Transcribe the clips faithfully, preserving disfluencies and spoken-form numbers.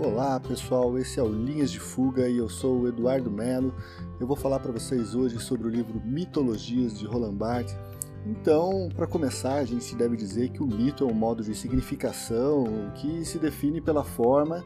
Olá pessoal, esse é o Linhas de Fuga e eu sou o Eduardo Melo. Eu vou falar para vocês hoje sobre o livro Mitologias de Roland Barthes. Então, para começar, a gente deve dizer que o mito é um modo de significação que se define pela forma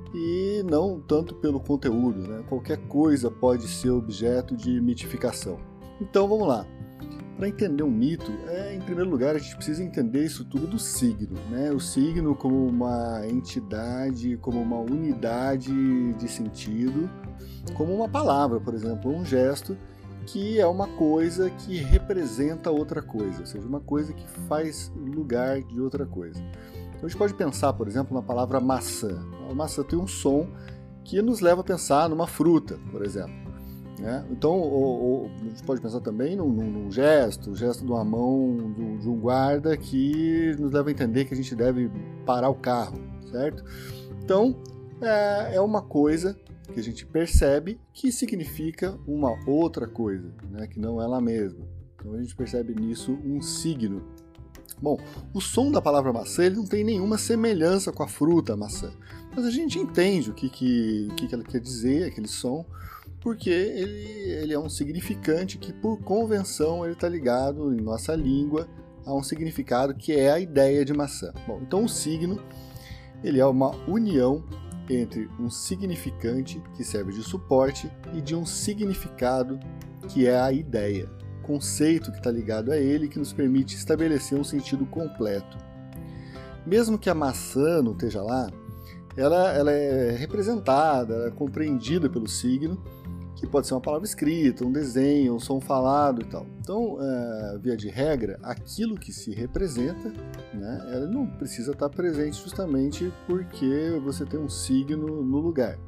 e não tanto pelo conteúdo, né? Qualquer coisa pode ser objeto de mitificação. Então vamos lá. Para entender um mito, é, em primeiro lugar, a gente precisa entender isso tudo do signo, né? O signo como uma entidade, como uma unidade de sentido, como uma palavra, por exemplo, um gesto, que é uma coisa que representa outra coisa, ou seja, uma coisa que faz lugar de outra coisa. Então a gente pode pensar, por exemplo, na palavra maçã. A maçã tem um som que nos leva a pensar numa fruta, por exemplo. Né? Então, ou, ou, a gente pode pensar também num, num, num gesto, o gesto de uma mão de, de um guarda que nos leva a entender que a gente deve parar o carro, certo? Então, é, é uma coisa que a gente percebe que significa uma outra coisa, né? Que não ela mesma. Então, a gente percebe nisso um signo. Bom, o som da palavra maçã ele não tem nenhuma semelhança com a fruta maçã, mas a gente entende o que, que, o que ela quer dizer, aquele som, porque ele, ele é um significante que, por convenção, ele está ligado, em nossa língua, a um significado que é a ideia de maçã. Bom, então o signo ele é uma união entre um significante, que serve de suporte, e de um significado, que é a ideia, conceito que está ligado a ele, que nos permite estabelecer um sentido completo. Mesmo que a maçã não esteja lá, ela, ela é representada, ela é compreendida pelo signo, que pode ser uma palavra escrita, um desenho, um som falado e tal. Então, é, via de regra, aquilo que se representa, né, ela não precisa estar presente justamente porque você tem um signo no lugar.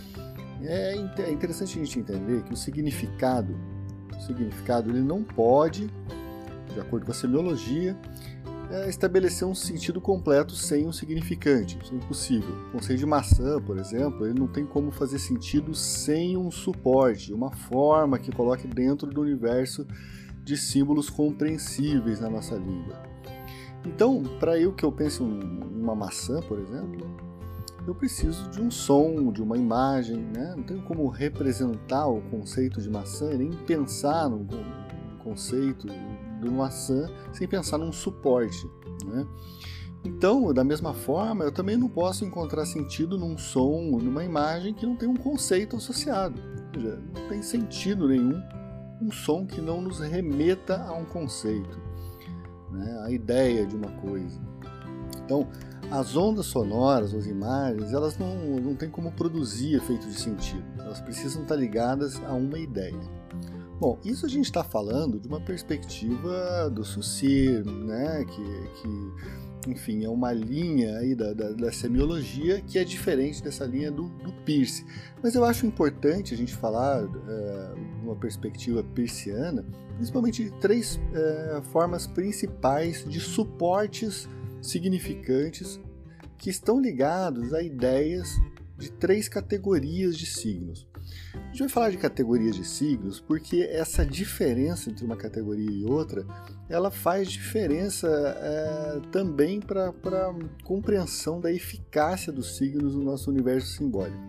É interessante a gente entender que o significado, o significado ele não pode, de acordo com a semiologia, é estabelecer um sentido completo sem um significante. Isso é impossível. O conceito de maçã, por exemplo, ele não tem como fazer sentido sem um suporte, uma forma que coloque dentro do universo de símbolos compreensíveis na nossa língua. Então, para eu que eu pense em uma maçã, por exemplo, eu preciso de um som, de uma imagem, né? Não tenho como representar o conceito de maçã, nem pensar no conceito de maçã sem pensar num suporte, né? Então, da mesma forma, eu também não posso encontrar sentido num som, numa imagem que não tem um conceito associado. Ou seja, não tem sentido nenhum um som que não nos remeta a um conceito, né? A ideia de uma coisa. Então, as ondas sonoras, as imagens, elas não, não têm como produzir efeito de sentido. Elas precisam estar ligadas a uma ideia. Bom, isso a gente está falando de uma perspectiva do Saussure, né, que, que, enfim, é uma linha aí da, da, da semiologia que é diferente dessa linha do, do Peirce. Mas eu acho importante a gente falar é, de uma perspectiva peirciana, principalmente de três é, formas principais de suportes significantes que estão ligados a ideias de três categorias de signos. A gente vai falar de categorias de signos porque essa diferença entre uma categoria e outra, ela faz diferença é, também para a compreensão da eficácia dos signos no nosso universo simbólico.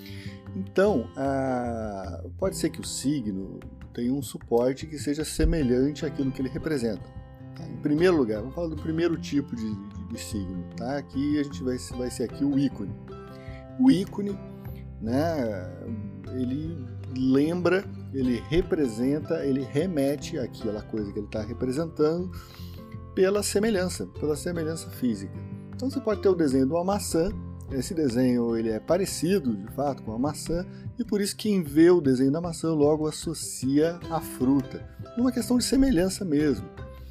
Então, a, pode ser que o signo tenha um suporte que seja semelhante àquilo que ele representa. Tá? Em primeiro lugar, vamos falar do primeiro tipo de, de, de signo. Tá? Aqui a gente vai, vai ser aqui o ícone. O ícone, né, ele lembra, ele representa, ele remete àquela coisa que ele está representando pela semelhança, pela semelhança física. Então você pode ter o desenho de uma maçã, esse desenho ele é parecido de fato com a maçã e por isso quem vê o desenho da maçã logo associa à fruta, uma questão de semelhança mesmo.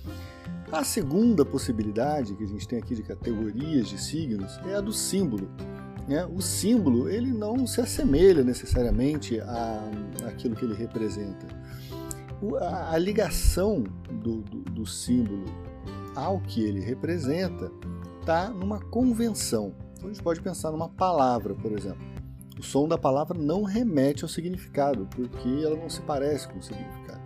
A segunda possibilidade que a gente tem aqui de categorias de signos é a do símbolo. O símbolo ele não se assemelha necessariamente a, àquilo que ele representa. O, a, a ligação do, do, do símbolo ao que ele representa está numa convenção. Então a gente pode pensar numa palavra, por exemplo. O som da palavra não remete ao significado, porque ela não se parece com o significado.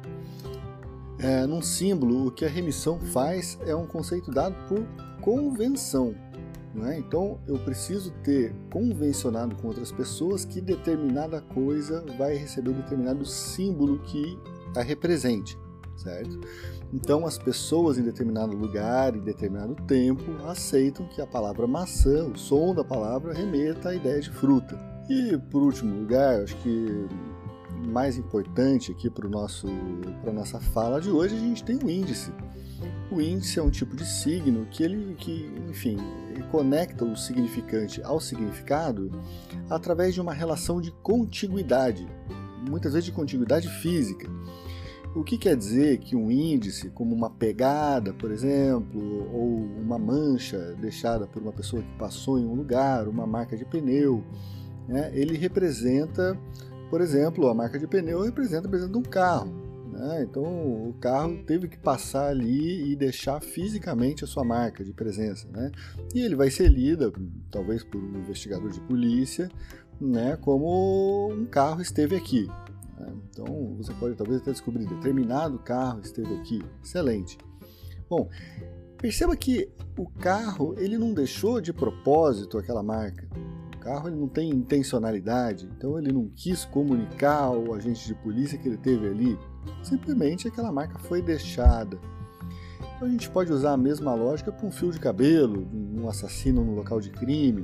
É, num símbolo, o que a remissão faz é um conceito dado por convenção. Não é? Então, eu preciso ter convencionado com outras pessoas que determinada coisa vai receber determinado símbolo que a represente, certo? Então, as pessoas em determinado lugar, em determinado tempo, aceitam que a palavra maçã, o som da palavra, remeta à ideia de fruta. E, por último lugar, acho que mais importante aqui para a nossa fala de hoje, a gente tem o índice. O índice é um tipo de signo que, ele, que enfim, ele conecta o significante ao significado através de uma relação de contiguidade, muitas vezes de contiguidade física. O que quer dizer que um índice, como uma pegada, por exemplo, ou uma mancha deixada por uma pessoa que passou em um lugar, uma marca de pneu, né, ele representa, por exemplo, a marca de pneu representa, representa um carro. Né? Então o carro teve que passar ali e deixar fisicamente a sua marca de presença. Né? E ele vai ser lido, talvez por um investigador de polícia, né, como um carro esteve aqui. Então, você pode talvez até descobrir determinado carro esteve aqui. Excelente. Bom, perceba que o carro ele não deixou de propósito aquela marca. O carro ele não tem intencionalidade, então ele não quis comunicar ao agente de polícia que ele teve ali. Simplesmente aquela marca foi deixada. Então, a gente pode usar a mesma lógica para um fio de cabelo, um assassino no local de crime.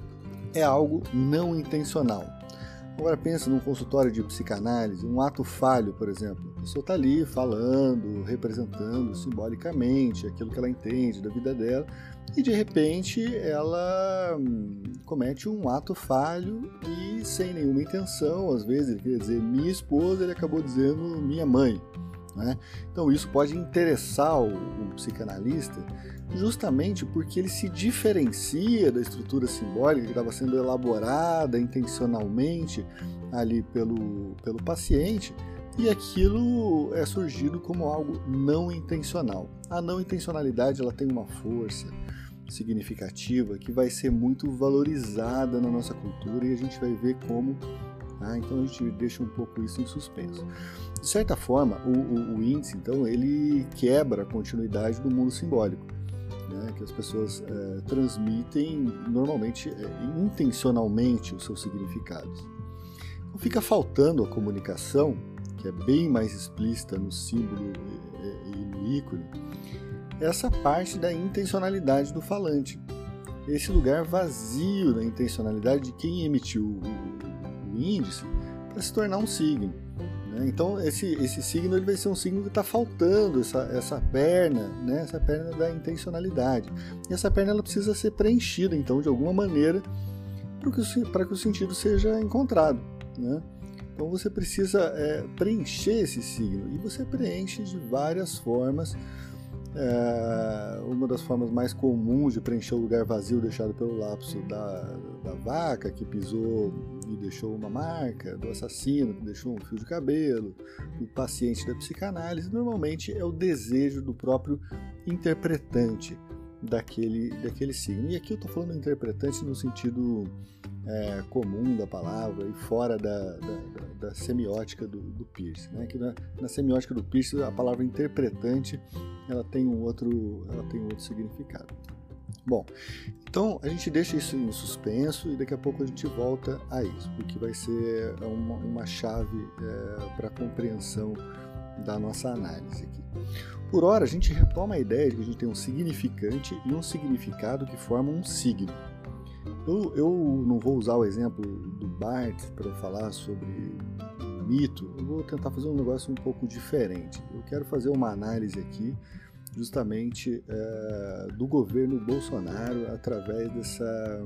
É algo não intencional. Agora pensa num consultório de psicanálise, um ato falho, por exemplo. A pessoa está ali falando, representando simbolicamente aquilo que ela entende da vida dela e de repente ela comete um ato falho e sem nenhuma intenção, às vezes ele queria dizer minha esposa, ele acabou dizendo minha mãe. Né? Então isso pode interessar o, o psicanalista justamente porque ele se diferencia da estrutura simbólica que estava sendo elaborada intencionalmente ali pelo, pelo paciente e aquilo é surgido como algo não intencional. A não intencionalidade ela tem uma força significativa que vai ser muito valorizada na nossa cultura e a gente vai ver como. Ah, então a gente deixa um pouco isso em suspenso. De certa forma, o, o, o índice, então, ele quebra a continuidade do mundo simbólico, né, que as pessoas é, transmitem normalmente, é, intencionalmente os seus significados. Então fica faltando a comunicação, que é bem mais explícita no símbolo e, e no ícone, essa parte da intencionalidade do falante. Esse lugar vazio da intencionalidade de quem emitiu o o índice para se tornar um signo. Né? Então esse, esse signo ele vai ser um signo que está faltando essa, essa perna, né? Essa perna da intencionalidade. E essa perna ela precisa ser preenchida então de alguma maneira para que o sentido seja encontrado. Né? Então você precisa é, preencher esse signo e você preenche de várias formas. É, uma das formas mais comuns de preencher o lugar vazio deixado pelo lapso da, da vaca que pisou e deixou uma marca, do assassino que deixou um fio de cabelo, do paciente da psicanálise, normalmente é o desejo do próprio interpretante daquele, daquele signo. E aqui eu estou falando interpretante no sentido é, comum da palavra e fora da, da, da, da semiótica do, do Peirce. Né? Que na, na semiótica do Peirce a palavra interpretante ela tem um outro, ela tem um outro significado. Bom, então a gente deixa isso em suspenso e daqui a pouco a gente volta a isso, porque vai ser uma, uma chave é, para a compreensão da nossa análise aqui. Por hora, a gente retoma a ideia de que a gente tem um significante e um significado que formam um signo. Eu, eu não vou usar o exemplo do Barthes para falar sobre mito, eu vou tentar fazer um negócio um pouco diferente. Eu quero fazer uma análise aqui justamente é, do governo Bolsonaro através dessa,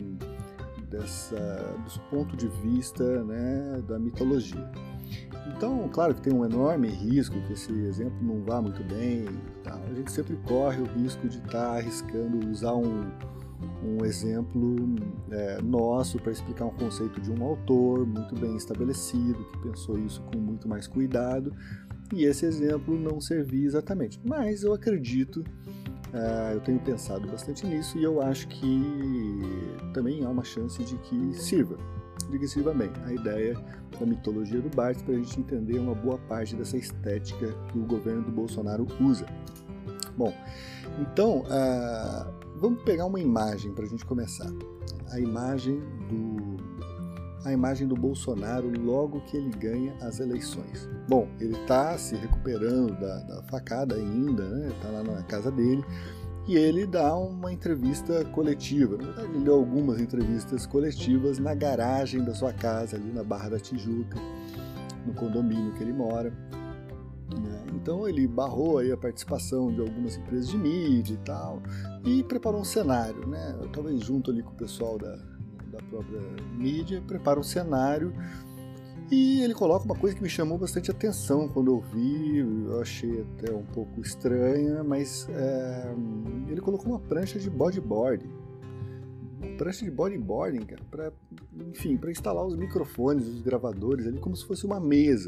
dessa, dos pontos de vista, né, da mitologia. Então, claro que tem um enorme risco que esse exemplo não vá muito bem. Tá? A gente sempre corre o risco de estar tá arriscando usar um, um exemplo é, nosso para explicar um conceito de um autor muito bem estabelecido, que pensou isso com muito mais cuidado, e esse exemplo não servir exatamente. Mas eu acredito, uh, eu tenho pensado bastante nisso e eu acho que também há uma chance de que sirva, de que sirva bem a ideia da mitologia do Barthes para a gente entender uma boa parte dessa estética que o governo do Bolsonaro usa. Bom, então, uh, vamos pegar uma imagem para a gente começar. A imagem do a imagem do Bolsonaro logo que ele ganha as eleições. Bom, ele está se recuperando da, da facada ainda, né? Está lá na casa dele, e ele dá uma entrevista coletiva. Na verdade, ele deu algumas entrevistas coletivas na garagem da sua casa, ali na Barra da Tijuca, no condomínio que ele mora. Então ele barrou aí a participação de algumas empresas de mídia e tal, e preparou um cenário, né? Talvez junto ali com o pessoal da, da própria mídia, prepara um cenário, e ele coloca uma coisa que me chamou bastante atenção quando eu vi, eu achei até um pouco estranha, mas é, ele colocou uma prancha de bodyboard, uma prancha de bodyboarding, cara, para, enfim, para instalar os microfones, os gravadores ali, como se fosse uma mesa.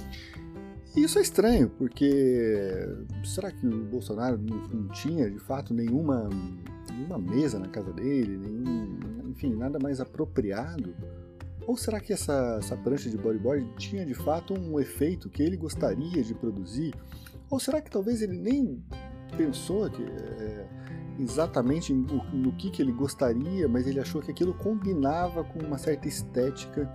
E isso é estranho, porque será que o Bolsonaro não, não tinha, de fato, nenhuma, nenhuma mesa na casa dele, nenhum, enfim, nada mais apropriado? Ou será que essa, essa prancha de bodyboard tinha, de fato, um efeito que ele gostaria de produzir? Ou será que talvez ele nem pensou que, é, exatamente no, no que, que ele gostaria, mas ele achou que aquilo combinava com uma certa estética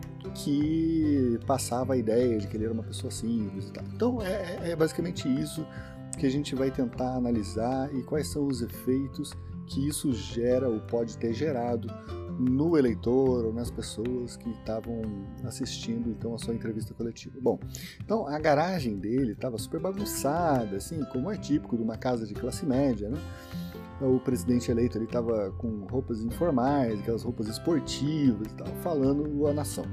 que passava a ideia de que ele era uma pessoa simples e tal. Então é, é basicamente isso que a gente vai tentar analisar, e quais são os efeitos que isso gera ou pode ter gerado no eleitor ou nas pessoas que estavam assistindo então a sua entrevista coletiva. Bom, então a garagem dele estava super bagunçada, assim, como é típico de uma casa de classe média, né? O presidente eleito ele estava com roupas informais, aquelas roupas esportivas e tal, falando à nação.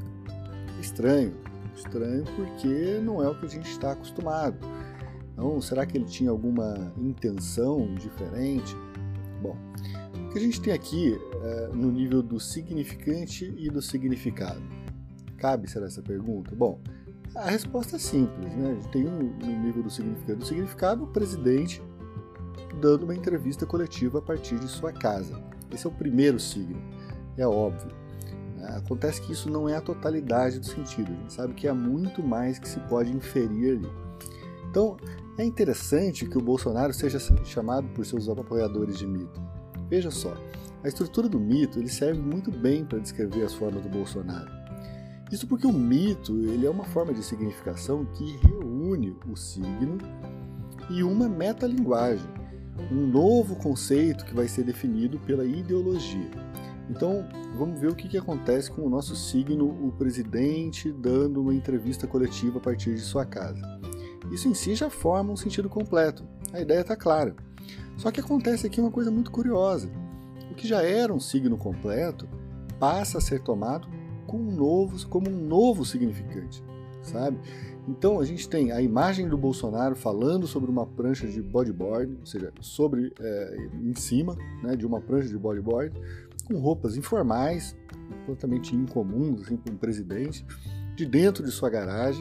Estranho, estranho porque não é o que a gente está acostumado. Então, será que ele tinha alguma intenção diferente? Bom, o que a gente tem aqui é no nível do significante e do significado. Cabe, será, essa pergunta? Bom, a resposta é simples, né? A gente tem no nível do significado e do significado o presidente dando uma entrevista coletiva a partir de sua casa. Esse é o primeiro signo, é óbvio. Acontece que isso não é a totalidade do sentido, a gente sabe que há muito mais que se pode inferir ali. Então, é interessante que o Bolsonaro seja chamado por seus apoiadores de mito. Veja só, a estrutura do mito ele serve muito bem para descrever as formas do Bolsonaro. Isso porque o mito ele é uma forma de significação que reúne o signo e uma metalinguagem, um novo conceito que vai ser definido pela ideologia. Então, vamos ver o que, que acontece com o nosso signo, o presidente dando uma entrevista coletiva a partir de sua casa. Isso em si já forma um sentido completo, a ideia está clara. Só que acontece aqui uma coisa muito curiosa. O que já era um signo completo passa a ser tomado com um novo, como um novo significante, sabe? Então a gente tem a imagem do Bolsonaro falando sobre uma prancha de bodyboard, ou seja, sobre, é, em cima, né, de uma prancha de bodyboard, com roupas informais, completamente incomuns assim, para um presidente, de dentro de sua garagem,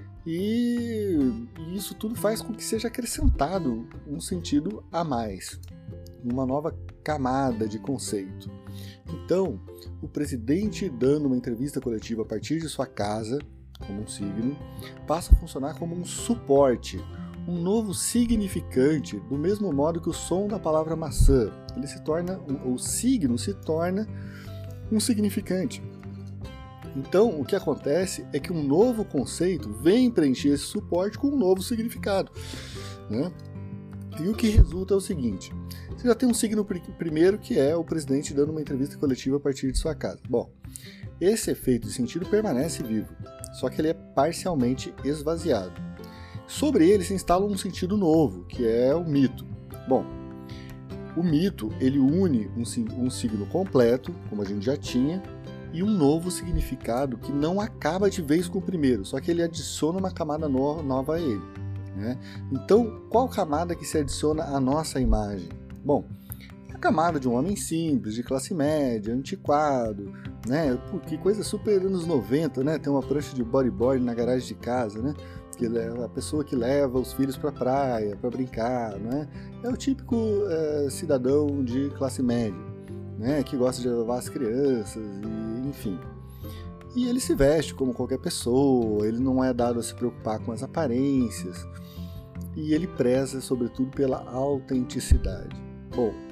e, e isso tudo faz com que seja acrescentado um sentido a mais, uma nova camada de conceito. Então, o presidente dando uma entrevista coletiva a partir de sua casa, como um signo, passa a funcionar como um suporte, um novo significante, do mesmo modo que o som da palavra maçã. Ele se torna, o signo se torna um significante. Então, o que acontece é que um novo conceito vem preencher esse suporte com um novo significado, né? E o que resulta é o seguinte: você já tem um signo primeiro, que é o presidente dando uma entrevista coletiva a partir de sua casa. Bom, esse efeito de sentido permanece vivo, só que ele é parcialmente esvaziado. Sobre ele se instala um sentido novo, que é o mito. Bom, o mito ele une um, um signo completo, como a gente já tinha, e um novo significado que não acaba de vez com o primeiro, só que ele adiciona uma camada no, nova a ele, né? Então, qual camada que se adiciona à nossa imagem? Bom, a camada de um homem simples, de classe média, antiquado, né? Que coisa super anos noventa, né? Tem uma prancha de bodyboard na garagem de casa, né? Que leva, a pessoa que leva os filhos para a praia, para brincar, né? É o típico é, cidadão de classe média, né? Que gosta de levar as crianças, e, enfim. E ele se veste como qualquer pessoa, ele não é dado a se preocupar com as aparências, e ele preza, sobretudo, pela autenticidade. Bom,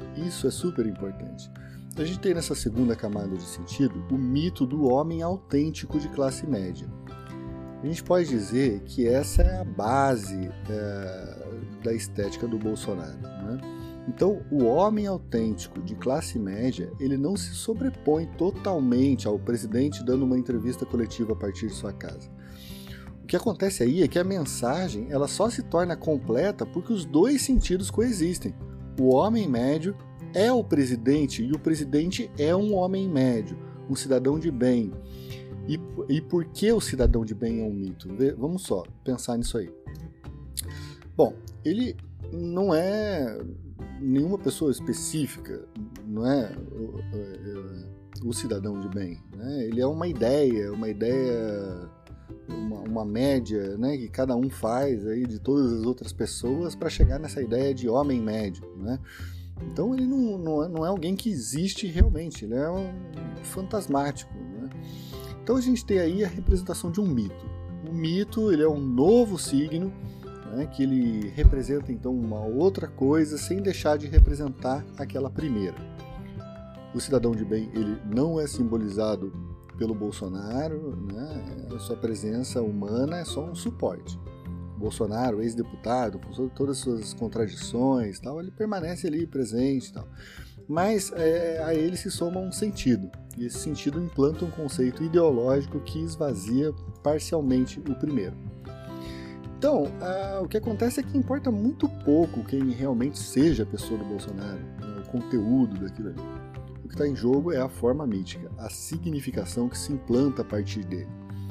Isso é super importante. A gente tem nessa segunda camada de sentido o mito do homem autêntico de classe média. A gente pode dizer que essa é a base é, da estética do Bolsonaro, né? Então, o homem autêntico de classe média, ele não se sobrepõe totalmente ao presidente dando uma entrevista coletiva a partir de sua casa. O que acontece aí é que a mensagem ela só se torna completa porque os dois sentidos coexistem. O homem médio é o presidente e o presidente é um homem médio, um cidadão de bem. E, e por que o cidadão de bem é um mito? Vamos só pensar nisso aí. Bom, ele não é nenhuma pessoa específica, não é o, o, o cidadão de bem, né? Ele é uma ideia, uma ideia, uma, uma média, né, que cada um faz aí de todas as outras pessoas para chegar nessa ideia de homem médio, né? Então ele não, não, é, não é alguém que existe realmente, ele é um fantasmático, né? Então a gente tem aí a representação de um mito. O mito ele é um novo signo, né, que ele representa então uma outra coisa sem deixar de representar aquela primeira. O cidadão de bem ele não é simbolizado pelo Bolsonaro, né? A sua presença humana é só um suporte. O Bolsonaro, ex-deputado, com todas as suas contradições, tal, ele permanece ali presente, tal. Mas é, a ele se soma um sentido, e esse sentido implanta um conceito ideológico que esvazia parcialmente o primeiro. Então, ah, o que acontece é que importa muito pouco quem realmente seja a pessoa do Bolsonaro, né, o conteúdo daquilo ali. O que está em jogo é a forma mítica, a significação que se implanta a partir dele.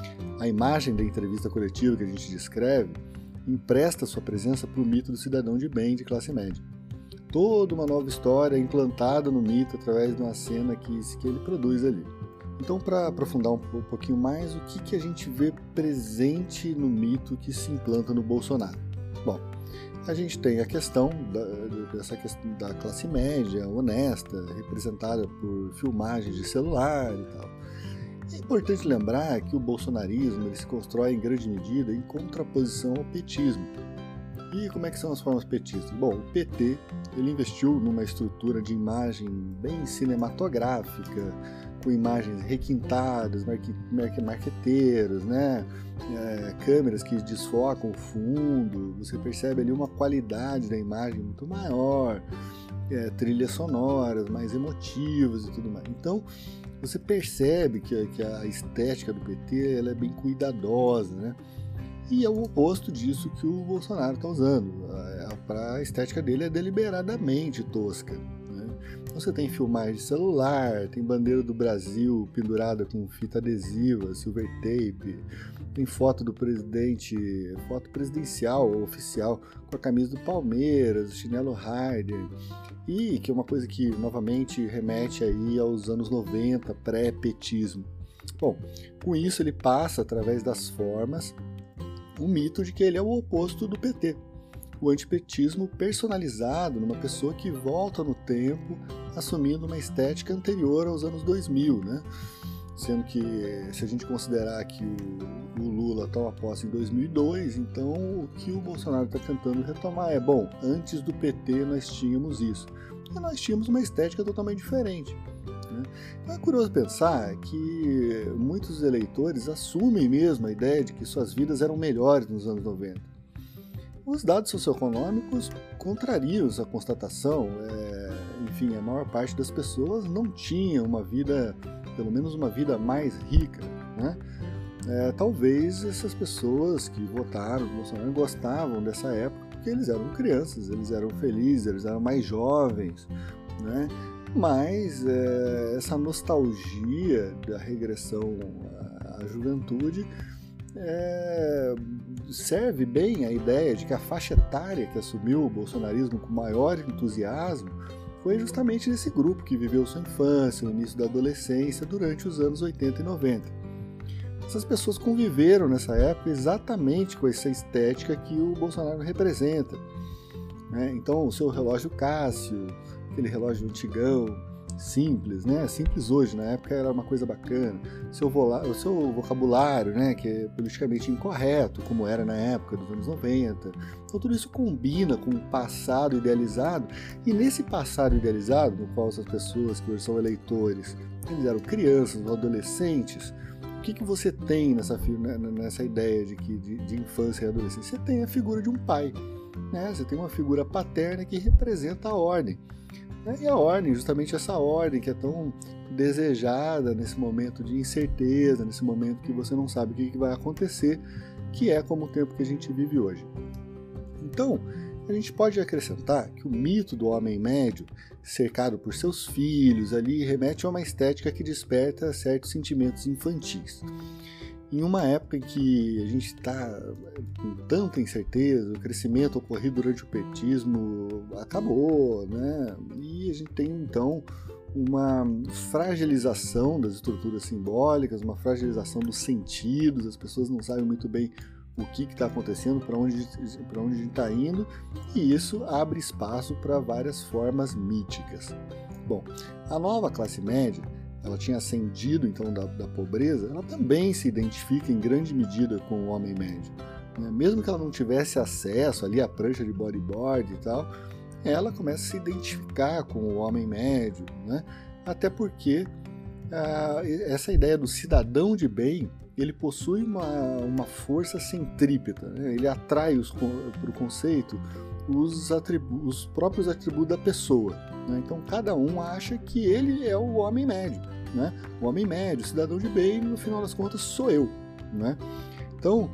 A imagem da entrevista coletiva que a gente descreve empresta sua presença para o mito do cidadão de bem de classe média. Toda uma nova história é implantada no mito através de uma cena que, que ele produz ali. Então, para aprofundar um, um pouquinho mais, o que, que a gente vê presente no mito que se implanta no Bolsonaro? Bom, a gente tem a questão da, dessa questão da classe média, honesta, representada por filmagens de celular e tal. É importante lembrar que o bolsonarismo ele se constrói em grande medida em contraposição ao petismo. E como é que são as formas petistas? Bom, o P T ele investiu numa estrutura de imagem bem cinematográfica, com imagens requintadas, marque, marque, marqueteiros, né? É, câmeras que desfocam o fundo, você percebe ali uma qualidade da imagem muito maior, é, trilhas sonoras mais emotivas e tudo mais. Então, você percebe que, que a estética do P T ela é bem cuidadosa, né? E é o oposto disso que o Bolsonaro está usando. A, a estética dele é deliberadamente tosca, né? Então você tem filmagem de celular, tem bandeira do Brasil pendurada com fita adesiva, silver tape, tem foto do presidente, foto presidencial oficial com a camisa do Palmeiras, o chinelo Harder, e que é uma coisa que novamente remete aí aos anos noventa, pré-petismo. Bom, com isso ele passa através das formas o mito de que ele é o oposto do P T, o antipetismo personalizado numa pessoa que volta no tempo assumindo uma estética anterior aos anos dois mil, né? Sendo que, se a gente considerar que o, o Lula toma posse em dois mil e dois, então o que o Bolsonaro está tentando retomar é, bom, antes do P T nós tínhamos isso, e nós tínhamos uma estética totalmente diferente. Então é curioso pensar que muitos eleitores assumem mesmo a ideia de que suas vidas eram melhores nos anos noventa. Os dados socioeconômicos contrariam essa constatação. É, enfim, a maior parte das pessoas não tinha uma vida, pelo menos uma vida mais rica, né? É, talvez essas pessoas que votaram no Bolsonaro gostavam dessa época porque eles eram crianças, eles eram felizes, eles eram mais jovens, né? Mas é, essa nostalgia da regressão à, à juventude é, serve bem a ideia de que a faixa etária que assumiu o bolsonarismo com maior entusiasmo foi justamente desse grupo que viveu sua infância, o início da adolescência, durante os anos oitenta e noventa. Essas pessoas conviveram nessa época exatamente com essa estética que o Bolsonaro representa, né? Então, o seu relógio Cássio, aquele relógio antigão, simples, né? Simples hoje, na época era uma coisa bacana. Seu vola- o seu vocabulário, né, que é politicamente incorreto, como era na época dos anos noventa. Então tudo isso combina com o passado idealizado, e nesse passado idealizado, no qual essas pessoas que hoje são eleitores, eles eram crianças ou adolescentes, o que, que você tem nessa, nessa ideia de, que, de, de infância e adolescência? Você tem a figura de um pai, né? Você tem uma figura paterna que representa a ordem. Né? E a ordem, justamente essa ordem que é tão desejada nesse momento de incerteza, nesse momento que você não sabe o que, que vai acontecer, que é como o tempo que a gente vive hoje. Então, a gente pode acrescentar que o mito do homem médio, cercado por seus filhos ali, remete a uma estética que desperta certos sentimentos infantis. Em uma época em que a gente está com tanta incerteza, o crescimento ocorrido durante o petismo acabou, né? E a gente tem então uma fragilização das estruturas simbólicas, uma fragilização dos sentidos, as pessoas não sabem muito bem o que está acontecendo, para onde, para onde a gente está indo, e isso abre espaço para várias formas míticas. Bom, a nova classe média, ela tinha ascendido então da, da pobreza, ela também se identifica em grande medida com o homem médio. Né? Mesmo que ela não tivesse acesso ali à prancha de bodyboard e tal, ela começa a se identificar com o homem médio, né? Até porque ah, essa ideia do cidadão de bem, ele possui uma, uma força centrípeta, né? Ele atrai para o conceito os, atribu os próprios atributos da pessoa. Né? Então, cada um acha que ele é o homem médio. Né? O homem médio, o cidadão de bem, no final das contas, sou eu. Né? Então,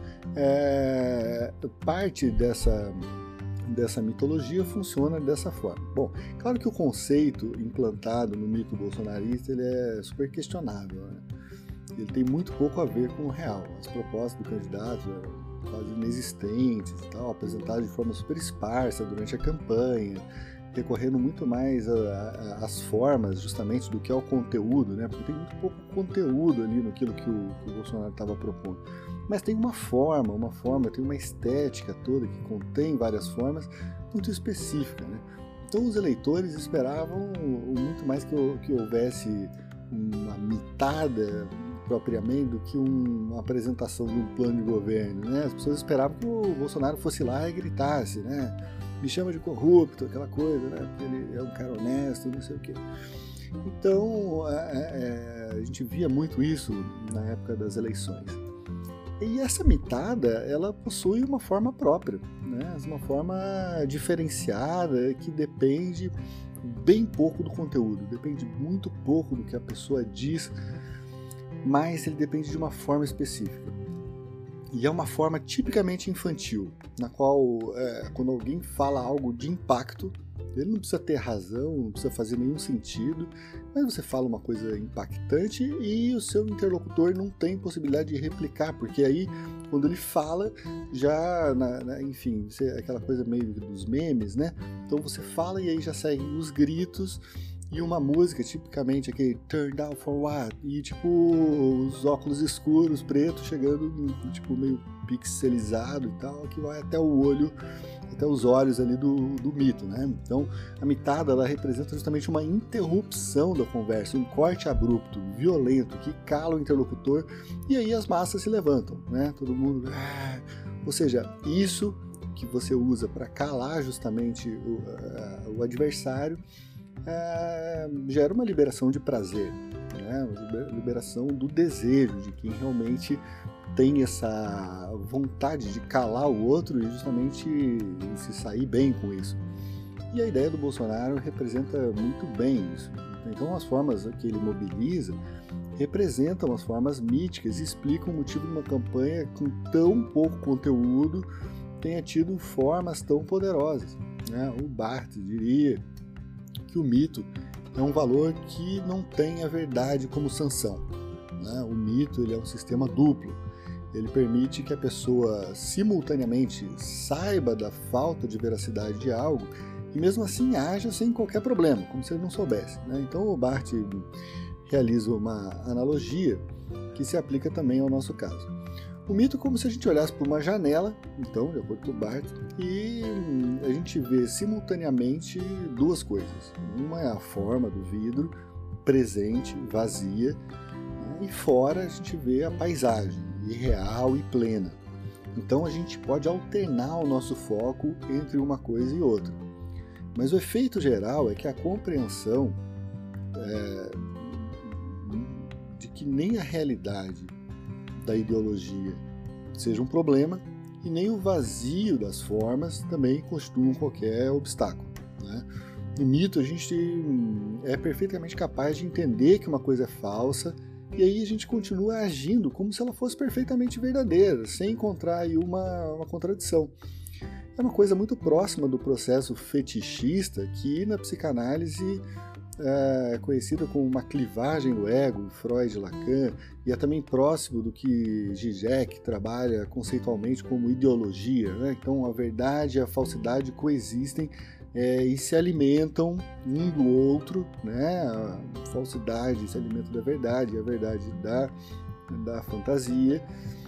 é, parte dessa, dessa mitologia funciona dessa forma. Bom, claro que o conceito implantado no mito bolsonarista ele é super questionável, né? Ele tem muito pouco a ver com o real. As propostas do candidato eram quase inexistentes e tal, apresentadas de forma super esparsa durante a campanha, recorrendo muito mais às formas justamente do que ao conteúdo, né? Porque tem muito pouco conteúdo ali naquilo que o, que o Bolsonaro estava propondo. Mas tem uma forma, uma forma, tem uma estética toda que contém várias formas muito específica, né? Então os eleitores esperavam muito mais que, que houvesse uma mitada propriamente do que um, uma apresentação de um plano de governo, né? As pessoas esperavam que o Bolsonaro fosse lá e gritasse, né? Me chama de corrupto, aquela coisa, né? Porque ele é um cara honesto, não sei o quê. Então, é, é, a gente via muito isso na época das eleições. E essa mitada, ela possui uma forma própria, né? Uma forma diferenciada que depende bem pouco do conteúdo, depende muito pouco do que a pessoa diz, mas ele depende de uma forma específica. E é uma forma tipicamente infantil, na qual, é, quando alguém fala algo de impacto, ele não precisa ter razão, não precisa fazer nenhum sentido, mas você fala uma coisa impactante e o seu interlocutor não tem possibilidade de replicar, porque aí, quando ele fala, já, na, na, enfim, você, aquela coisa meio dos memes, né? Então você fala e aí já saem os gritos, e uma música, tipicamente aquele turn down for what? E tipo, os óculos escuros, pretos, chegando, tipo, meio pixelizado e tal, que vai até o olho, até os olhos ali do, do mito, né? Então, a mitada, ela representa justamente uma interrupção da conversa, um corte abrupto, violento, que cala o interlocutor, e aí as massas se levantam, né? Todo mundo... Ah! Ou seja, isso que você usa para calar justamente o, uh, o adversário, É, gera uma liberação de prazer, né? Uma liberação do desejo de quem realmente tem essa vontade de calar o outro e justamente se sair bem com isso. E a ideia do Bolsonaro representa muito bem isso. Então as formas que ele mobiliza representam as formas míticas e explicam o motivo de uma campanha com tão pouco conteúdo tenha tido formas tão poderosas, né? O Barthes diria que o mito é um valor que não tem a verdade como sanção, né? O mito ele é um sistema duplo. Ele permite que a pessoa simultaneamente saiba da falta de veracidade de algo e mesmo assim haja sem qualquer problema, como se ele não soubesse, né? Então o Barthes realiza uma analogia que se aplica também ao nosso caso. O mito é como se a gente olhasse por uma janela, então, de acordo com o Barthes, e a gente vê simultaneamente duas coisas. Uma é a forma do vidro, presente, vazia, né? E fora a gente vê a paisagem, irreal e plena. Então a gente pode alternar o nosso foco entre uma coisa e outra. Mas o efeito geral é que a compreensão é, de que nem a realidade da ideologia seja um problema e nem o vazio das formas também constituam qualquer obstáculo, né? No mito a gente é perfeitamente capaz de entender que uma coisa é falsa e aí a gente continua agindo como se ela fosse perfeitamente verdadeira, sem encontrar aí uma, uma contradição. É uma coisa muito próxima do processo fetichista que na psicanálise é conhecida como uma clivagem do ego, Freud e Lacan, e é também próximo do que Zizek trabalha conceitualmente como ideologia, né? Então a verdade e a falsidade coexistem é, e se alimentam um do outro, né? A falsidade se alimenta da verdade, a verdade da, da fantasia,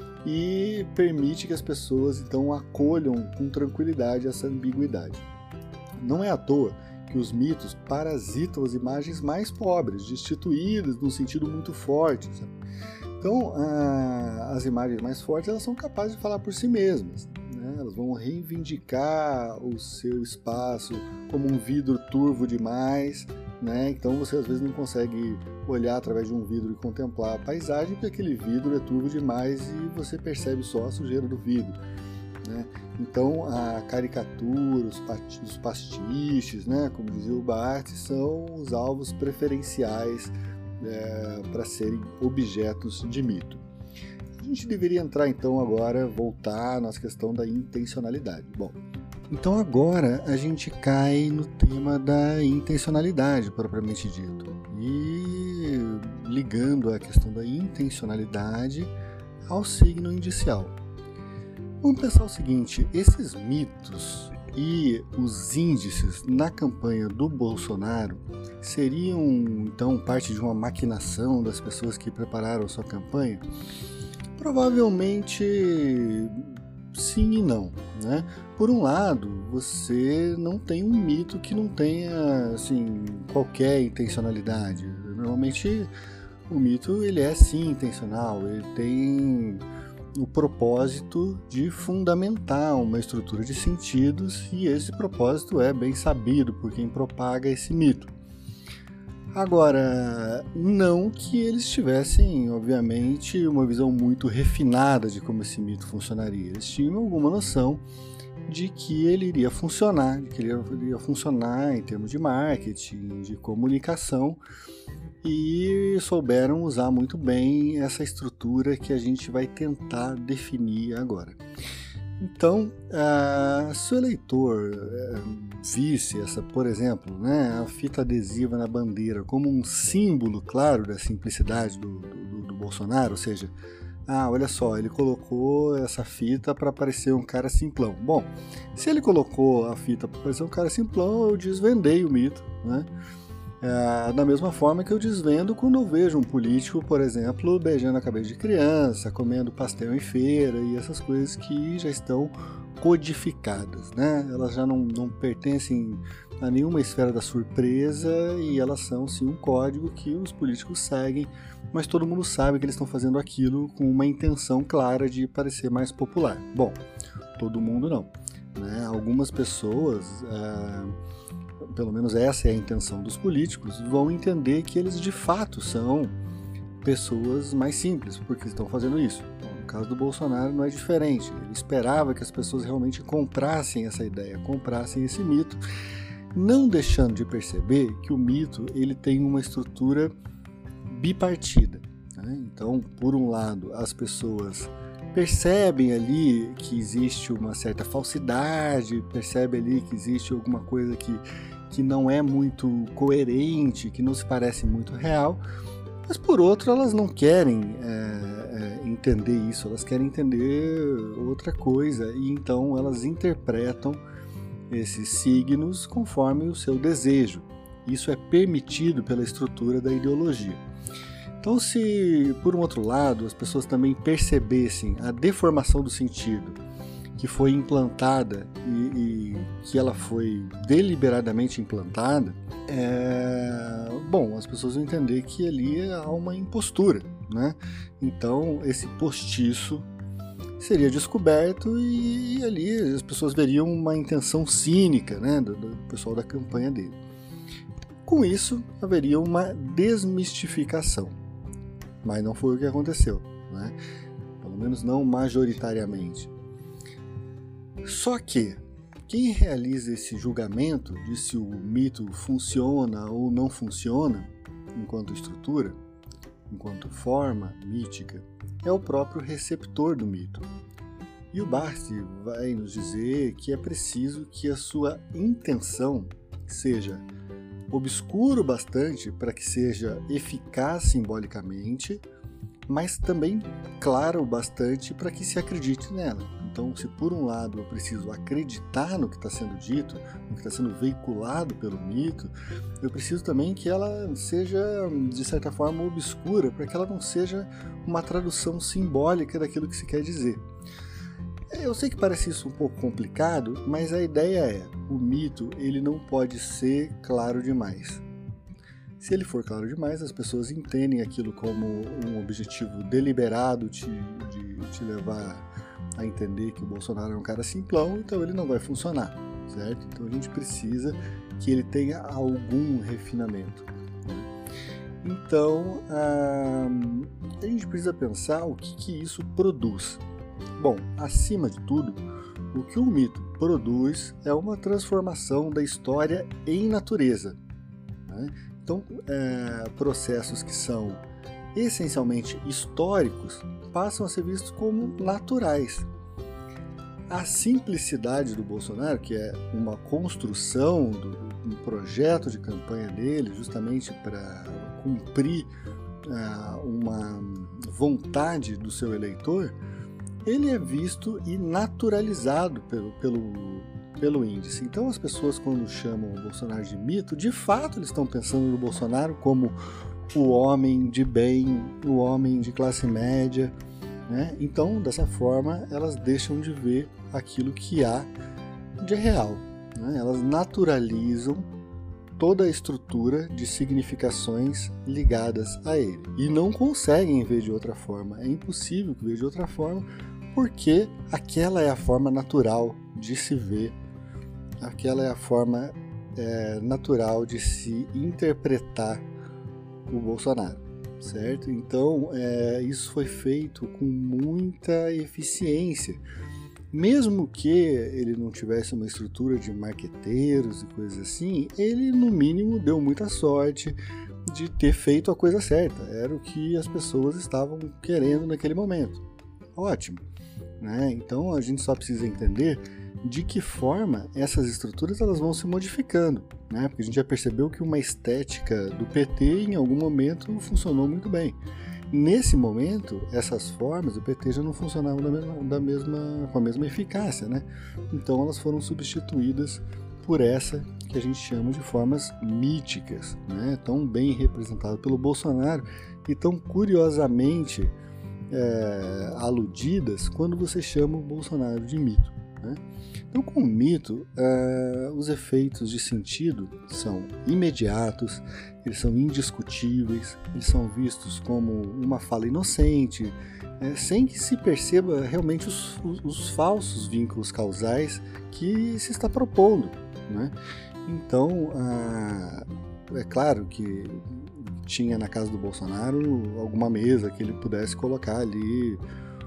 e permite que as pessoas então acolham com tranquilidade essa ambiguidade. Não é à toa que os mitos parasitam as imagens mais pobres, destituídas num sentido muito forte, sabe? Então, a, as imagens mais fortes elas são capazes de falar por si mesmas, né? Elas vão reivindicar o seu espaço como um vidro turvo demais, né? Então você às vezes não consegue olhar através de um vidro e contemplar a paisagem porque aquele vidro é turvo demais e você percebe só a sujeira do vidro, né? Então a caricatura, os pastiches, né, como dizia o Barthes, são os alvos preferenciais é, para serem objetos de mito. A gente deveria entrar então agora, voltar à nossa questão da intencionalidade. Bom, então agora a gente cai no tema da intencionalidade propriamente dito e ligando a questão da intencionalidade ao signo indicial. Vamos pensar o seguinte, esses mitos e os índices na campanha do Bolsonaro seriam, então, parte de uma maquinação das pessoas que prepararam sua campanha? Provavelmente sim e não, né? Por um lado, você não tem um mito que não tenha, assim, qualquer intencionalidade. Normalmente, o mito, ele é sim intencional, ele tem o propósito de fundamentar uma estrutura de sentidos e esse propósito é bem sabido por quem propaga esse mito. Agora, não que eles tivessem, obviamente, uma visão muito refinada de como esse mito funcionaria. Eles tinham alguma noção de que ele iria funcionar, de que ele iria funcionar em termos de marketing, de comunicação, e souberam usar muito bem essa estrutura que a gente vai tentar definir agora. Então, uh, se o eleitor uh, visse essa, por exemplo, né, a fita adesiva na bandeira como um símbolo claro da simplicidade do, do, do Bolsonaro, ou seja, ah, olha só, ele colocou essa fita para parecer um cara simplão. Bom, se ele colocou a fita para parecer um cara simplão, eu desvendei o mito, né? É, da mesma forma que eu desvendo quando eu vejo um político, por exemplo, beijando a cabeça de criança, comendo pastel em feira e essas coisas que já estão codificadas, né? Elas já não, não pertencem a nenhuma esfera da surpresa e elas são sim um código que os políticos seguem, mas todo mundo sabe que eles estão fazendo aquilo com uma intenção clara de parecer mais popular. Bom, todo mundo não, né? Algumas pessoas... É, pelo menos essa é a intenção dos políticos, vão entender que eles de fato são pessoas mais simples, porque estão fazendo isso. Então, no caso do Bolsonaro não é diferente, ele esperava que as pessoas realmente comprassem essa ideia, comprassem esse mito, não deixando de perceber que o mito ele tem uma estrutura bipartida, né? Então, por um lado, as pessoas percebem ali que existe uma certa falsidade, percebem ali que existe alguma coisa que que não é muito coerente, que não se parece muito real, mas por outro elas não querem é, é, entender isso, elas querem entender outra coisa e então elas interpretam esses signos conforme o seu desejo. Isso é permitido pela estrutura da ideologia. Então, se por um outro lado as pessoas também percebessem a deformação do sentido que foi implantada e, e que ela foi deliberadamente implantada, é... bom, as pessoas vão entender que ali há uma impostura, né? Então, esse postiço seria descoberto e, e ali as pessoas veriam uma intenção cínica, né, do, do pessoal da campanha dele. Com isso, haveria uma desmistificação, mas não foi o que aconteceu, né? Pelo menos não majoritariamente. Só que quem realiza esse julgamento de se o mito funciona ou não funciona enquanto estrutura, enquanto forma mítica, é o próprio receptor do mito. E o Barthes vai nos dizer que é preciso que a sua intenção seja obscuro bastante para que seja eficaz simbolicamente, mas também claro bastante para que se acredite nela. Então, se por um lado eu preciso acreditar no que está sendo dito, no que está sendo veiculado pelo mito, eu preciso também que ela seja, de certa forma, obscura, para que ela não seja uma tradução simbólica daquilo que se quer dizer. Eu sei que parece isso um pouco complicado, mas a ideia é, o mito ele não pode ser claro demais. Se ele for claro demais, as pessoas entendem aquilo como um objetivo deliberado de, de te levar a entender que o Bolsonaro é um cara simplão, então ele não vai funcionar, certo? Então a gente precisa que ele tenha algum refinamento. Então a, a gente precisa pensar o que, que isso produz. Bom, acima de tudo, o que o mito produz é uma transformação da história em natureza, né? Então, é, processos que são essencialmente históricos passam a ser vistos como naturais. A simplicidade do Bolsonaro, que é uma construção do um projeto de campanha dele, justamente para cumprir uh, uma vontade do seu eleitor, ele é visto e naturalizado pelo, pelo, pelo índice. Então as pessoas, quando chamam o Bolsonaro de mito, de fato eles estão pensando no Bolsonaro como o homem de bem, o homem de classe média, né? Então, dessa forma, elas deixam de ver aquilo que há de real, né? Elas naturalizam toda a estrutura de significações ligadas a ele. E não conseguem ver de outra forma. É impossível ver de outra forma, porque aquela é a forma natural de se ver, aquela é a forma é, natural de se interpretar o Bolsonaro, certo? Então, é, isso foi feito com muita eficiência. Mesmo que ele não tivesse uma estrutura de marqueteiros e coisas assim, ele, no mínimo, deu muita sorte de ter feito a coisa certa. Era o que as pessoas estavam querendo naquele momento. Ótimo, né? Então, a gente só precisa entender de que forma essas estruturas elas vão se modificando, né? Porque a gente já percebeu que uma estética do P T em algum momento funcionou muito bem. Nesse momento, essas formas do P T já não funcionavam da mesma, da mesma, com a mesma eficácia, né? Então elas foram substituídas por essa que a gente chama de formas míticas, né? Tão bem representadas pelo Bolsonaro e tão curiosamente é, aludidas quando você chama o Bolsonaro de mito, né? Então, com o mito, uh, os efeitos de sentido são imediatos, eles são indiscutíveis, eles são vistos como uma fala inocente, é, sem que se perceba realmente os, os, os falsos vínculos causais que se está propondo, né? Então, uh, é claro que tinha na casa do Bolsonaro alguma mesa que ele pudesse colocar ali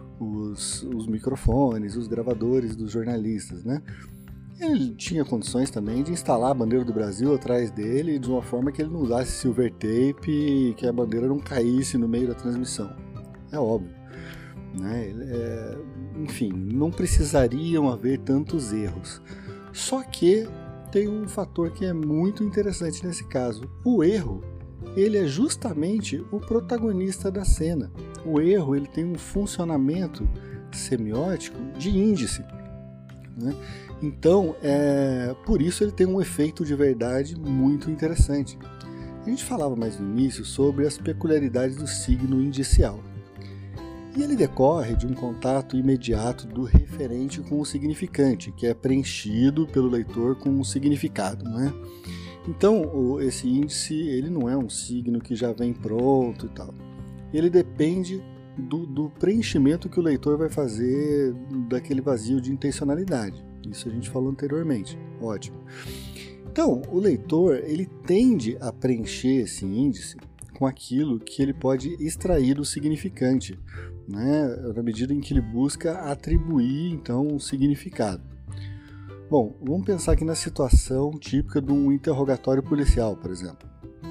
Os, os microfones, os gravadores dos jornalistas, né? Ele tinha condições também de instalar a bandeira do Brasil atrás dele de uma forma que ele não usasse silver tape e que a bandeira não caísse no meio da transmissão. É óbvio, né? É, enfim, não precisariam haver tantos erros. Só que tem um fator que é muito interessante nesse caso. O erro, ele é justamente o protagonista da cena. O erro ele tem um funcionamento semiótico de índice, né? Então, é, por isso ele tem um efeito de verdade muito interessante. A gente falava mais no início sobre as peculiaridades do signo indicial. E ele decorre de um contato imediato do referente com o significante, que é preenchido pelo leitor com um significado, né? Então, esse índice ele não é um signo que já vem pronto e tal. Ele depende do, do preenchimento que o leitor vai fazer daquele vazio de intencionalidade. Isso a gente falou anteriormente. Ótimo. Então, o leitor ele tende a preencher esse índice com aquilo que ele pode extrair do significante, né, na medida em que ele busca atribuir, então, um significado. Bom, vamos pensar aqui na situação típica de um interrogatório policial, por exemplo.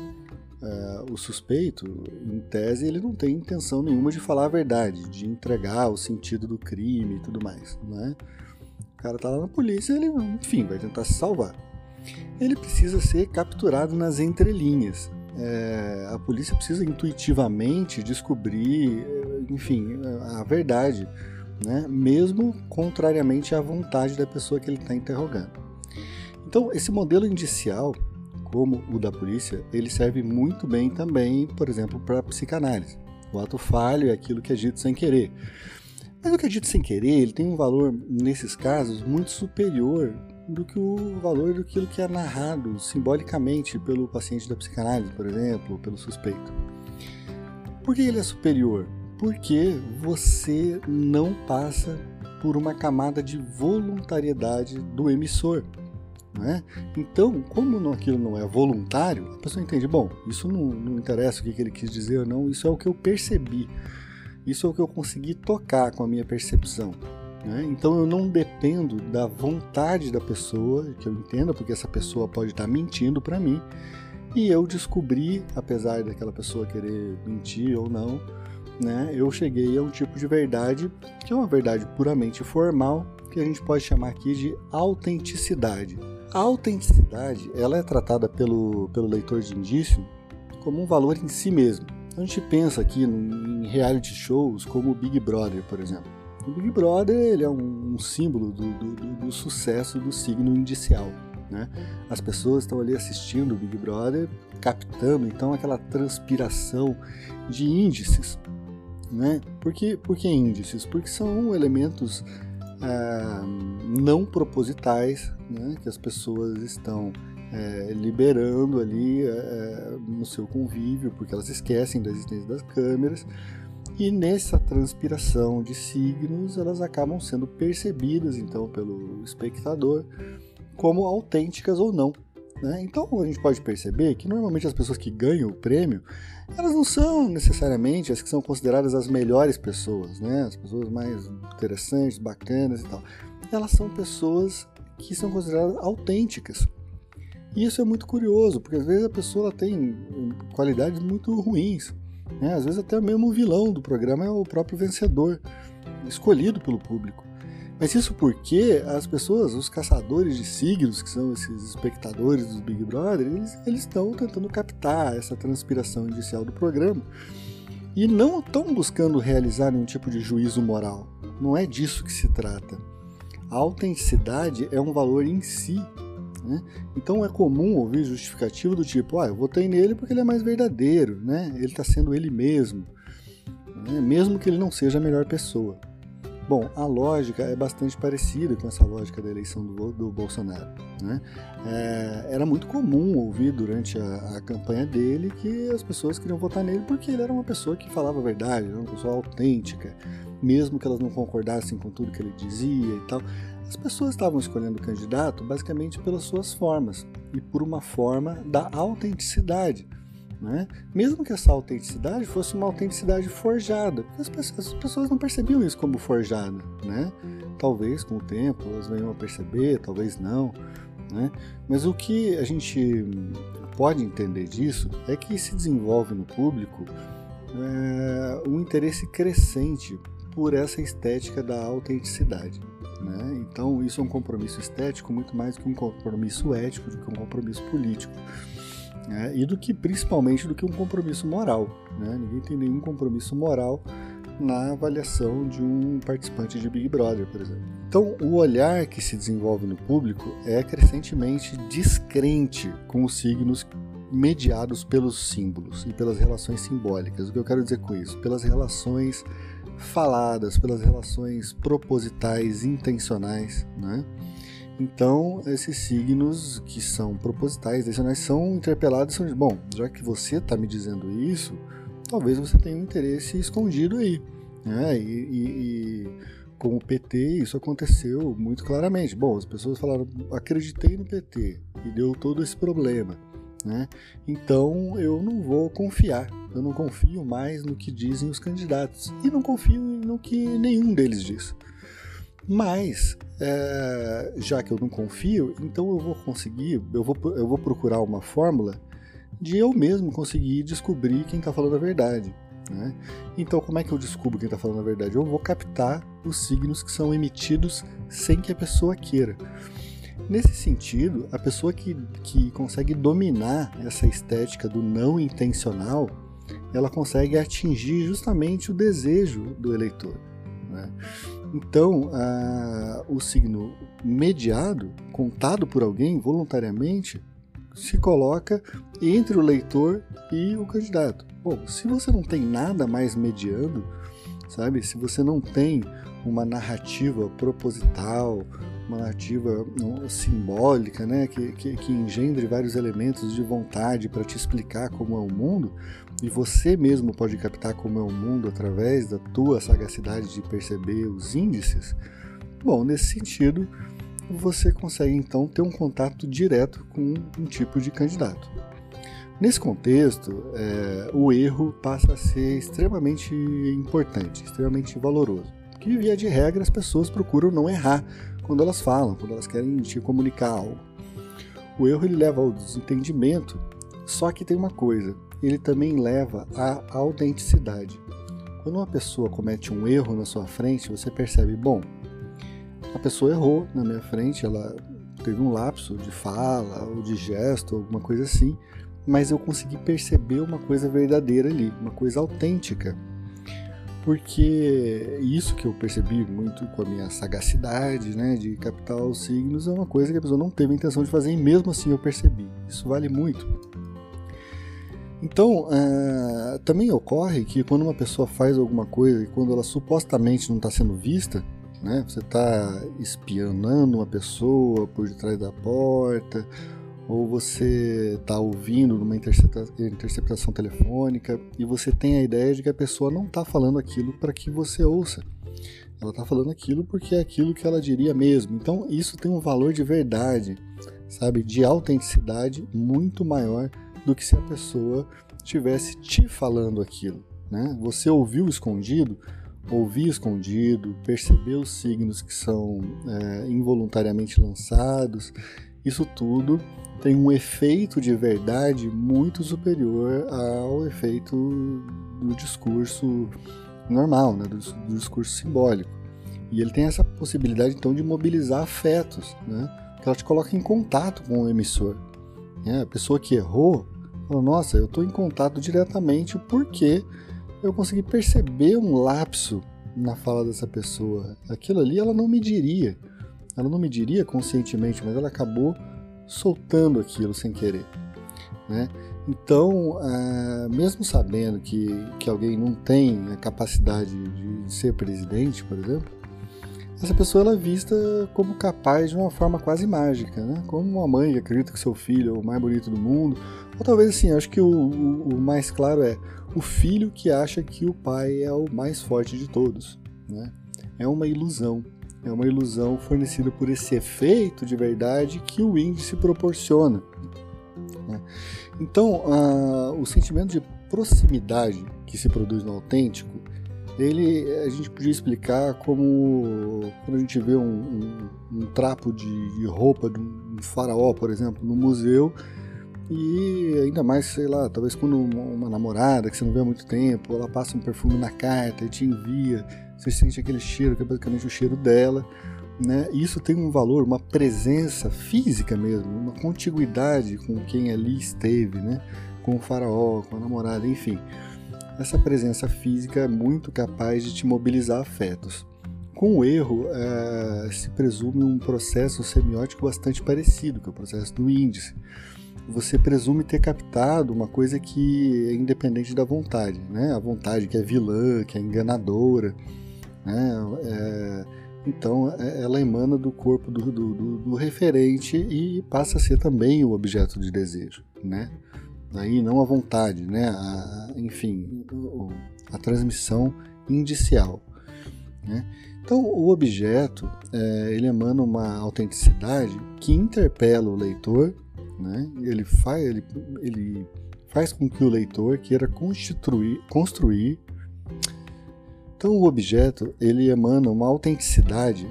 É, o suspeito, em tese, ele não tem intenção nenhuma de falar a verdade, de entregar o sentido do crime e tudo mais, né? O cara tá lá na polícia, ele, enfim, vai tentar se salvar. Ele precisa ser capturado nas entrelinhas. É, a polícia precisa intuitivamente descobrir, enfim, a verdade, né? Mesmo contrariamente à vontade da pessoa que ele está interrogando. Então, esse modelo indicial, como o da polícia, ele serve muito bem também, por exemplo, para a psicanálise. O ato falho é aquilo que é dito sem querer. Mas o que é dito sem querer, ele tem um valor, nesses casos, muito superior do que o valor daquilo que é narrado simbolicamente pelo paciente da psicanálise, por exemplo, ou pelo suspeito. Por que ele é superior? Porque você não passa por uma camada de voluntariedade do emissor, né? Então, como aquilo não é voluntário, a pessoa entende, bom, isso não, não interessa o que ele quis dizer ou não, isso é o que eu percebi, isso é o que eu consegui tocar com a minha percepção. Né? Então eu não dependo da vontade da pessoa, que eu entenda, porque essa pessoa pode estar mentindo para mim, e eu descobri, apesar daquela pessoa querer mentir ou não, né, eu cheguei a um tipo de verdade que é uma verdade puramente formal, que a gente pode chamar aqui de autenticidade. A autenticidade ela é tratada pelo, pelo leitor de indício como um valor em si mesmo. A gente pensa aqui em reality shows como o Big Brother, por exemplo. O Big Brother ele é um, um símbolo do, do, do, do sucesso do signo indicial, né? As pessoas estão ali assistindo o Big Brother, captando então aquela transpiração de índices, né? Por que, por que índices? Porque são elementos ah, não propositais, né? Que as pessoas estão é, liberando ali é, no seu convívio, porque elas esquecem da existência das câmeras. E nessa transpiração de signos, elas acabam sendo percebidas, então, pelo espectador como autênticas ou não. Né? Então, a gente pode perceber que, normalmente, as pessoas que ganham o prêmio, elas não são necessariamente as que são consideradas as melhores pessoas, né? As pessoas mais interessantes, bacanas e tal. Elas são pessoas que são consideradas autênticas. E isso é muito curioso, porque, às vezes, a pessoa ela tem qualidades muito ruins. É, às vezes até mesmo o vilão do programa é o próprio vencedor, escolhido pelo público. Mas isso porque as pessoas, os caçadores de signos, que são esses espectadores dos Big Brother, eles, eles estão tentando captar essa transpiração indicial do programa e não estão buscando realizar nenhum tipo de juízo moral. Não é disso que se trata. A autenticidade é um valor em si. Né? Então é comum ouvir justificativo do tipo, ah, eu votei nele porque ele é mais verdadeiro, né? Ele está sendo ele mesmo, né? Mesmo que ele não seja a melhor pessoa. Bom, a lógica é bastante parecida com essa lógica da eleição do, do Bolsonaro. Né? É, era muito comum ouvir durante a, a campanha dele que as pessoas queriam votar nele porque ele era uma pessoa que falava a verdade, era uma pessoa autêntica, mesmo que elas não concordassem com tudo que ele dizia e tal. As pessoas estavam escolhendo o candidato basicamente pelas suas formas e por uma forma da autenticidade, né? Mesmo que essa autenticidade fosse uma autenticidade forjada, porque as pessoas, as pessoas não percebiam isso como forjada, né? Talvez com o tempo elas venham a perceber, talvez não, né? Mas o que a gente pode entender disso é que se desenvolve no público é, um interesse crescente por essa estética da autenticidade. Né? Então isso é um compromisso estético muito mais do que um compromisso ético, do que um compromisso político, né? E do que principalmente do que um compromisso moral, né? Ninguém tem nenhum compromisso moral na avaliação de um participante de Big Brother, por exemplo. Então o olhar que se desenvolve no público é crescentemente descrente com os signos mediados pelos símbolos e pelas relações simbólicas. O que eu quero dizer com isso? Pelas relações faladas, pelas relações propositais, intencionais, né? Então, esses signos que são propositais, intencionais, são interpelados e são de, bom, já que você está me dizendo isso, talvez você tenha um interesse escondido aí, né? E, e, e com o P T isso aconteceu muito claramente. Bom, as pessoas falaram, acreditei no P T e deu todo esse problema, né? Então eu não vou confiar, eu não confio mais no que dizem os candidatos e não confio no que nenhum deles diz. Mas, é, já que eu não confio, então eu vou conseguir, eu vou, eu vou procurar uma fórmula de eu mesmo conseguir descobrir quem está falando a verdade, né? Então, como é que eu descubro quem está falando a verdade? Eu vou captar os signos que são emitidos sem que a pessoa queira. Nesse sentido, a pessoa que, que consegue dominar essa estética do não intencional, ela consegue atingir justamente o desejo do eleitor, né? Então, a, o signo mediado, contado por alguém voluntariamente, se coloca entre o leitor e o candidato. Bom, se você não tem nada mais mediando, sabe? Se você não tem uma narrativa proposital, uma narrativa simbólica, né? que, que, que engendre vários elementos de vontade para te explicar como é o mundo, e você mesmo pode captar como é o mundo através da tua sagacidade de perceber os índices, bom, nesse sentido, você consegue então ter um contato direto com um tipo de candidato. Nesse contexto, é, o erro passa a ser extremamente importante, extremamente valoroso. Porque, via de regra, as pessoas procuram não errar quando elas falam, quando elas querem te comunicar algo. O erro ele leva ao desentendimento, só que tem uma coisa, ele também leva à autenticidade. Quando uma pessoa comete um erro na sua frente, você percebe, bom, a pessoa errou na minha frente, ela teve um lapso de fala ou de gesto, alguma coisa assim, mas eu consegui perceber uma coisa verdadeira ali, uma coisa autêntica. Porque isso que eu percebi muito com a minha sagacidade, né, de captar os signos, é uma coisa que a pessoa não teve a intenção de fazer e mesmo assim eu percebi. Isso vale muito. Então, uh, também ocorre que quando uma pessoa faz alguma coisa e quando ela supostamente não está sendo vista, né, você está espionando uma pessoa por detrás da porta, ou você está ouvindo numa intercepta- interceptação telefônica e você tem a ideia de que a pessoa não está falando aquilo para que você ouça. Ela está falando aquilo porque é aquilo que ela diria mesmo. Então isso tem um valor de verdade, sabe, de autenticidade muito maior do que se a pessoa estivesse te falando aquilo, né? Você ouviu escondido, ouvir escondido, perceber os signos que são é, involuntariamente lançados, isso tudo tem um efeito de verdade muito superior ao efeito do discurso normal, né? do, do discurso simbólico. E ele tem essa possibilidade, então, de mobilizar afetos, né? Que ela te coloca em contato com o emissor. Né? A pessoa que errou, fala, nossa, eu estou em contato diretamente porque eu consegui perceber um lapso na fala dessa pessoa. Aquilo ali ela não me diria. Ela não me diria conscientemente, mas ela acabou soltando aquilo sem querer, né? Então, ah, mesmo sabendo que, que alguém não tem a capacidade de ser presidente, por exemplo, essa pessoa ela é vista como capaz de uma forma quase mágica, né? Como uma mãe que acredita que seu filho é o mais bonito do mundo, ou talvez assim, acho que o, o, o mais claro é o filho que acha que o pai é o mais forte de todos, né? É uma ilusão. É uma ilusão fornecida por esse efeito de verdade que o índice proporciona, né? Então, uh, o sentimento de proximidade que se produz no autêntico, ele, a gente podia explicar como quando a gente vê um, um, um trapo de, de roupa de um faraó, por exemplo, no museu, e ainda mais, sei lá, talvez quando uma, uma namorada que você não vê há muito tempo, ela passa um perfume na carta e te envia, você sente aquele cheiro, que é basicamente o cheiro dela, né? Isso tem um valor, uma presença física mesmo, uma contiguidade com quem ali esteve, né? Com o faraó, com a namorada, enfim. Essa presença física é muito capaz de te mobilizar afetos. Com o erro, é, se presume um processo semiótico bastante parecido, que é o processo do índice. você presume ter captado uma coisa que é independente da vontade, né? A vontade que é vilã, que é enganadora, né? É, então ela emana do corpo do, do, do, do referente e passa a ser também o objeto de desejo, né? Daí não a vontade, né? A, enfim, a transmissão indicial, né? Então o objeto é, ele emana uma autenticidade que interpela o leitor, né? Ele faz, ele, ele faz com que o leitor queira constituir, construir. Então o objeto ele emana uma autenticidade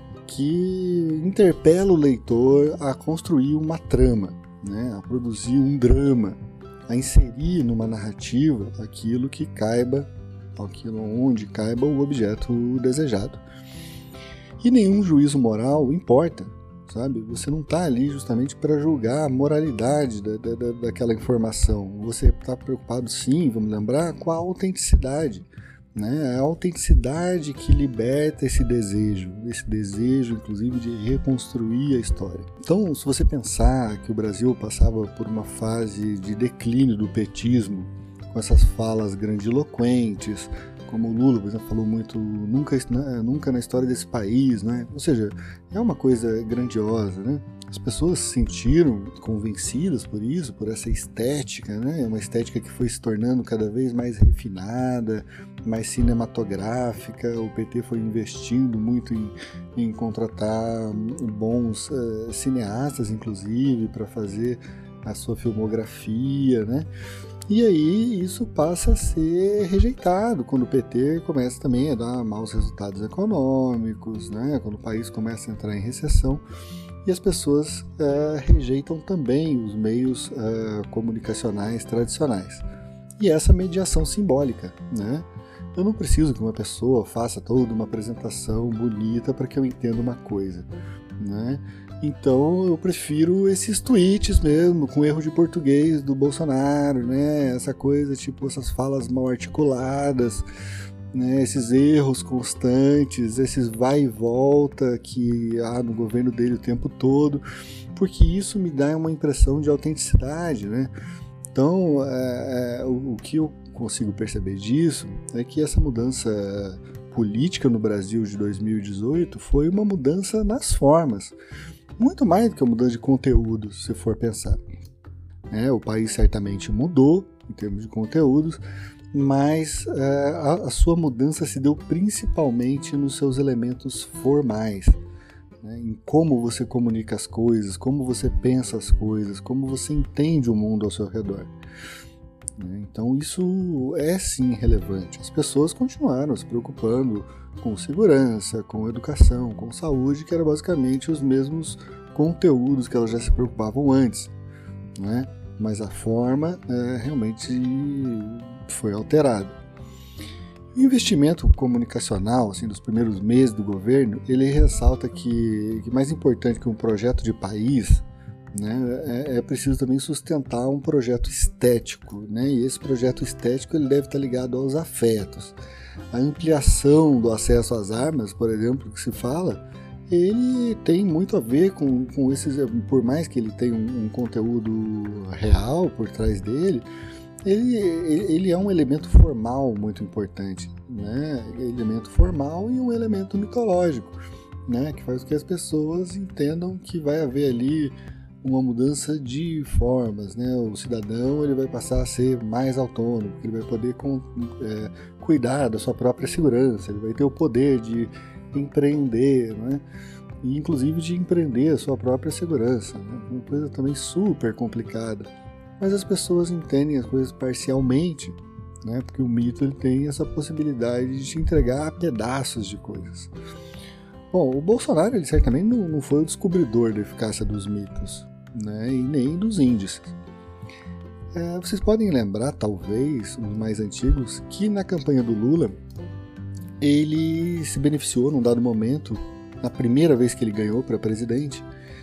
que interpela o leitor a construir uma trama, né? A produzir um drama, a inserir numa narrativa aquilo que caiba, aquilo onde caiba o objeto desejado. E nenhum juízo moral importa, sabe? Você não está ali justamente para julgar a moralidade da, da, daquela informação. Você está preocupado, sim, vamos lembrar, com a autenticidade, né? A autenticidade que liberta esse desejo, esse desejo, inclusive, de reconstruir a história. Então, se você pensar que o Brasil passava por uma fase de declínio do petismo, com essas falas grandiloquentes, como o Lula, por exemplo, falou muito nunca, nunca na história desse país, né? Ou seja, é uma coisa grandiosa, né? As pessoas se sentiram convencidas por isso, por essa estética, né? Uma estética que foi se tornando cada vez mais refinada, mais cinematográfica. O P T foi investindo muito em, em contratar bons uh, cineastas, inclusive, para fazer a sua filmografia, né? E aí isso passa a ser rejeitado quando o P T começa também a dar maus resultados econômicos, né? Quando o país começa a entrar em recessão e as pessoas é, rejeitam também os meios é, comunicacionais tradicionais. E essa mediação simbólica, né? Eu não preciso que uma pessoa faça toda uma apresentação bonita para que eu entenda uma coisa, né? Então eu prefiro esses tweets mesmo, com erro de português do Bolsonaro, né? Essa coisa, tipo, essas falas mal articuladas, né? Esses erros constantes, esses vai e volta que há no governo dele o tempo todo, porque isso me dá uma impressão de autenticidade, né? Então, é, é, o, o que eu consigo perceber disso é que essa mudança política no Brasil de dois mil e dezoito foi uma mudança nas formas. Muito mais do que uma mudança de conteúdo, se for pensar. É, o país certamente mudou em termos de conteúdos, mas é, a, a sua mudança se deu principalmente nos seus elementos formais, né, em como você comunica as coisas, como você pensa as coisas, como você entende o mundo ao seu redor. Então isso é sim relevante. As pessoas continuaram se preocupando com segurança, com educação, com saúde, que eram basicamente os mesmos conteúdos que elas já se preocupavam antes, né? Mas a forma é, realmente foi alterada. O investimento comunicacional, assim, dos primeiros meses do governo, ele ressalta que, que mais importante que um projeto de país, né, é, é preciso também sustentar um projeto estético, né, e esse projeto estético ele deve estar ligado aos afetos. A ampliação do acesso às armas, por exemplo, que se fala, ele tem muito a ver com, com esses, por mais que ele tenha um, um conteúdo real por trás dele, ele, ele é um elemento formal muito importante, né, elemento formal e um elemento mitológico, né, que faz com que as pessoas entendam que vai haver ali uma mudança de formas, né? O cidadão ele vai passar a ser mais autônomo, ele vai poder com, é, cuidar da sua própria segurança, ele vai ter o poder de empreender, né? E inclusive de empreender a sua própria segurança, né? Uma coisa também super complicada, mas as pessoas entendem as coisas parcialmente, né? Porque o mito ele tem essa possibilidade de te entregar pedaços de coisas. Bom, o Bolsonaro ele certamente não, não foi o descobridor da eficácia dos mitos, né, e nem dos índices. É, vocês podem lembrar, talvez, os mais antigos, que na campanha do Lula ele se beneficiou num dado momento, na primeira vez que ele ganhou para presidente,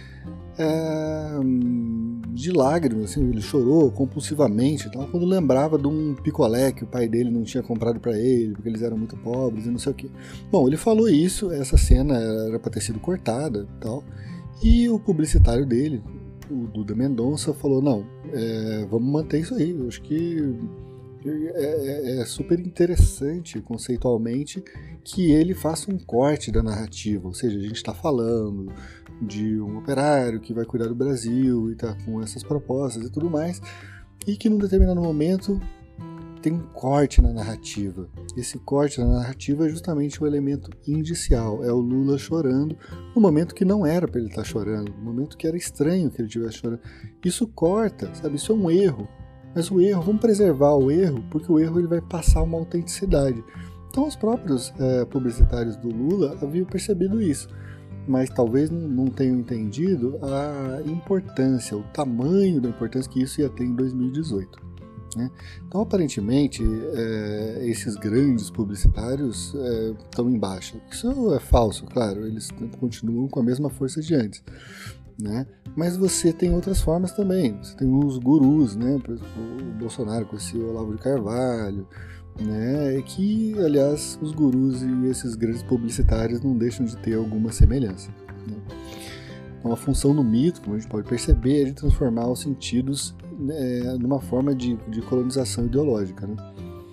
é, de lágrimas, assim, ele chorou compulsivamente, então, quando lembrava de um picolé que o pai dele não tinha comprado para ele, porque eles eram muito pobres e não sei o quê. Bom, ele falou isso, essa cena era para ter sido cortada e tal, e o publicitário dele, o Duda Mendonça, falou, não, é, vamos manter isso aí. Eu acho que é, é, é super interessante conceitualmente que ele faça um corte da narrativa, ou seja, a gente está falando de um operário que vai cuidar do Brasil e está com essas propostas e tudo mais, e que num determinado momento tem um corte na narrativa. Esse corte na narrativa é justamente o elemento indicial, é o Lula chorando no momento que não era para ele estar chorando, no momento que era estranho que ele estivesse chorando. Isso corta, sabe? Isso é um erro. Mas o erro, vamos preservar o erro, porque o erro ele vai passar uma autenticidade. Então os próprios é, publicitários do Lula haviam percebido isso, mas talvez não, não tenham entendido a importância, o tamanho da importância que isso ia ter em dois mil e dezoito. Né? Então, aparentemente, é, esses grandes publicitários é, estão em baixa. Isso é falso, claro, eles continuam com a mesma força de antes. Né? Mas você tem outras formas também. Você tem os gurus, né? Por exemplo, o Bolsonaro com esse Olavo de Carvalho, né? Que, aliás, os gurus e esses grandes publicitários não deixam de ter alguma semelhança. Né? Então, a função do mito, como a gente pode perceber, é de transformar os sentidos é, numa forma de, de colonização ideológica. Né?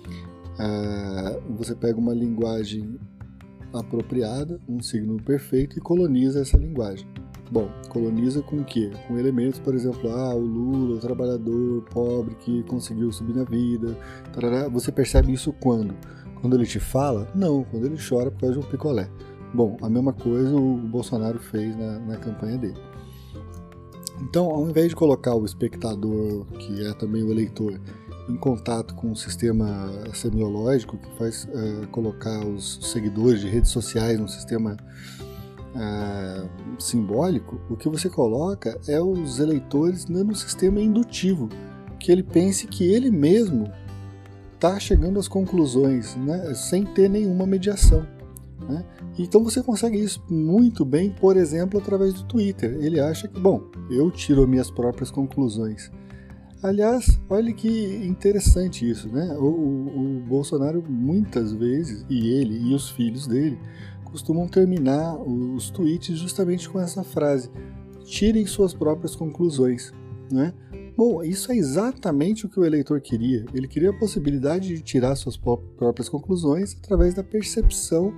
Ah, você pega uma linguagem apropriada, um signo perfeito, e coloniza essa linguagem. Bom, coloniza com o quê? Com elementos, por exemplo, ah, o Lula, o trabalhador pobre que conseguiu subir na vida. Tarará. Você percebe isso quando? Quando ele te fala? Não, quando ele chora por causa de um picolé. Bom, a mesma coisa o Bolsonaro fez na, na campanha dele. Então, ao invés de colocar o espectador, que é também o eleitor, em contato com um sistema semiológico que faz é, colocar os seguidores de redes sociais num sistema é, simbólico, o que você coloca é os eleitores num sistema indutivo, que ele pense que ele mesmo está chegando às conclusões, né, sem ter nenhuma mediação. Né? Então você consegue isso muito bem, por exemplo, através do Twitter. Ele acha que, bom, eu tiro minhas próprias conclusões. Aliás, olha que interessante isso, né? O, o, o Bolsonaro muitas vezes, e ele e os filhos dele, costumam terminar os tweets justamente com essa frase: tirem suas próprias conclusões, né? Bom, isso é exatamente o que o eleitor queria. Ele queria a possibilidade de tirar suas próprias conclusões através da percepção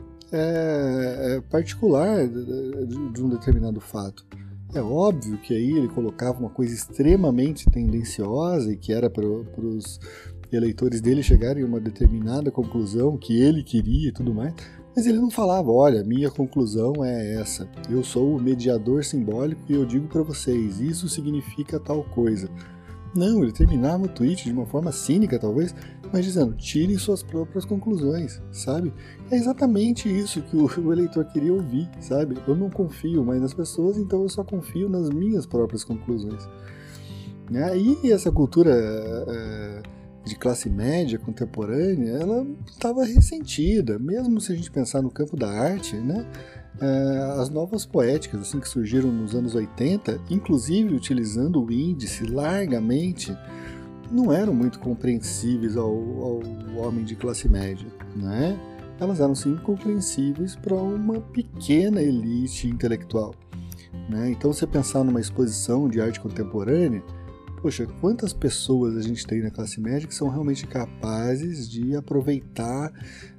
é, particular de, de um determinado fato. É óbvio que aí ele colocava uma coisa extremamente tendenciosa e que era para os eleitores dele chegarem a uma determinada conclusão que ele queria e tudo mais, mas ele não falava, olha, minha conclusão é essa, eu sou o mediador simbólico e eu digo para vocês, isso significa tal coisa. Não, ele terminava o tweet de uma forma cínica, talvez, mas dizendo, tirem suas próprias conclusões, sabe? É exatamente isso que o, o eleitor queria ouvir, sabe? Eu não confio mais nas pessoas, então eu só confio nas minhas próprias conclusões. Né? E essa cultura é, de classe média contemporânea, ela estava ressentida, mesmo se a gente pensar no campo da arte, né? É, as novas poéticas assim, que surgiram nos anos oitenta, inclusive utilizando o índice largamente, não eram muito compreensíveis ao, ao homem de classe média, né? Elas eram sim compreensíveis para uma pequena elite intelectual, né? Então, se você pensar numa exposição de arte contemporânea, poxa, quantas pessoas a gente tem na classe média que são realmente capazes de aproveitar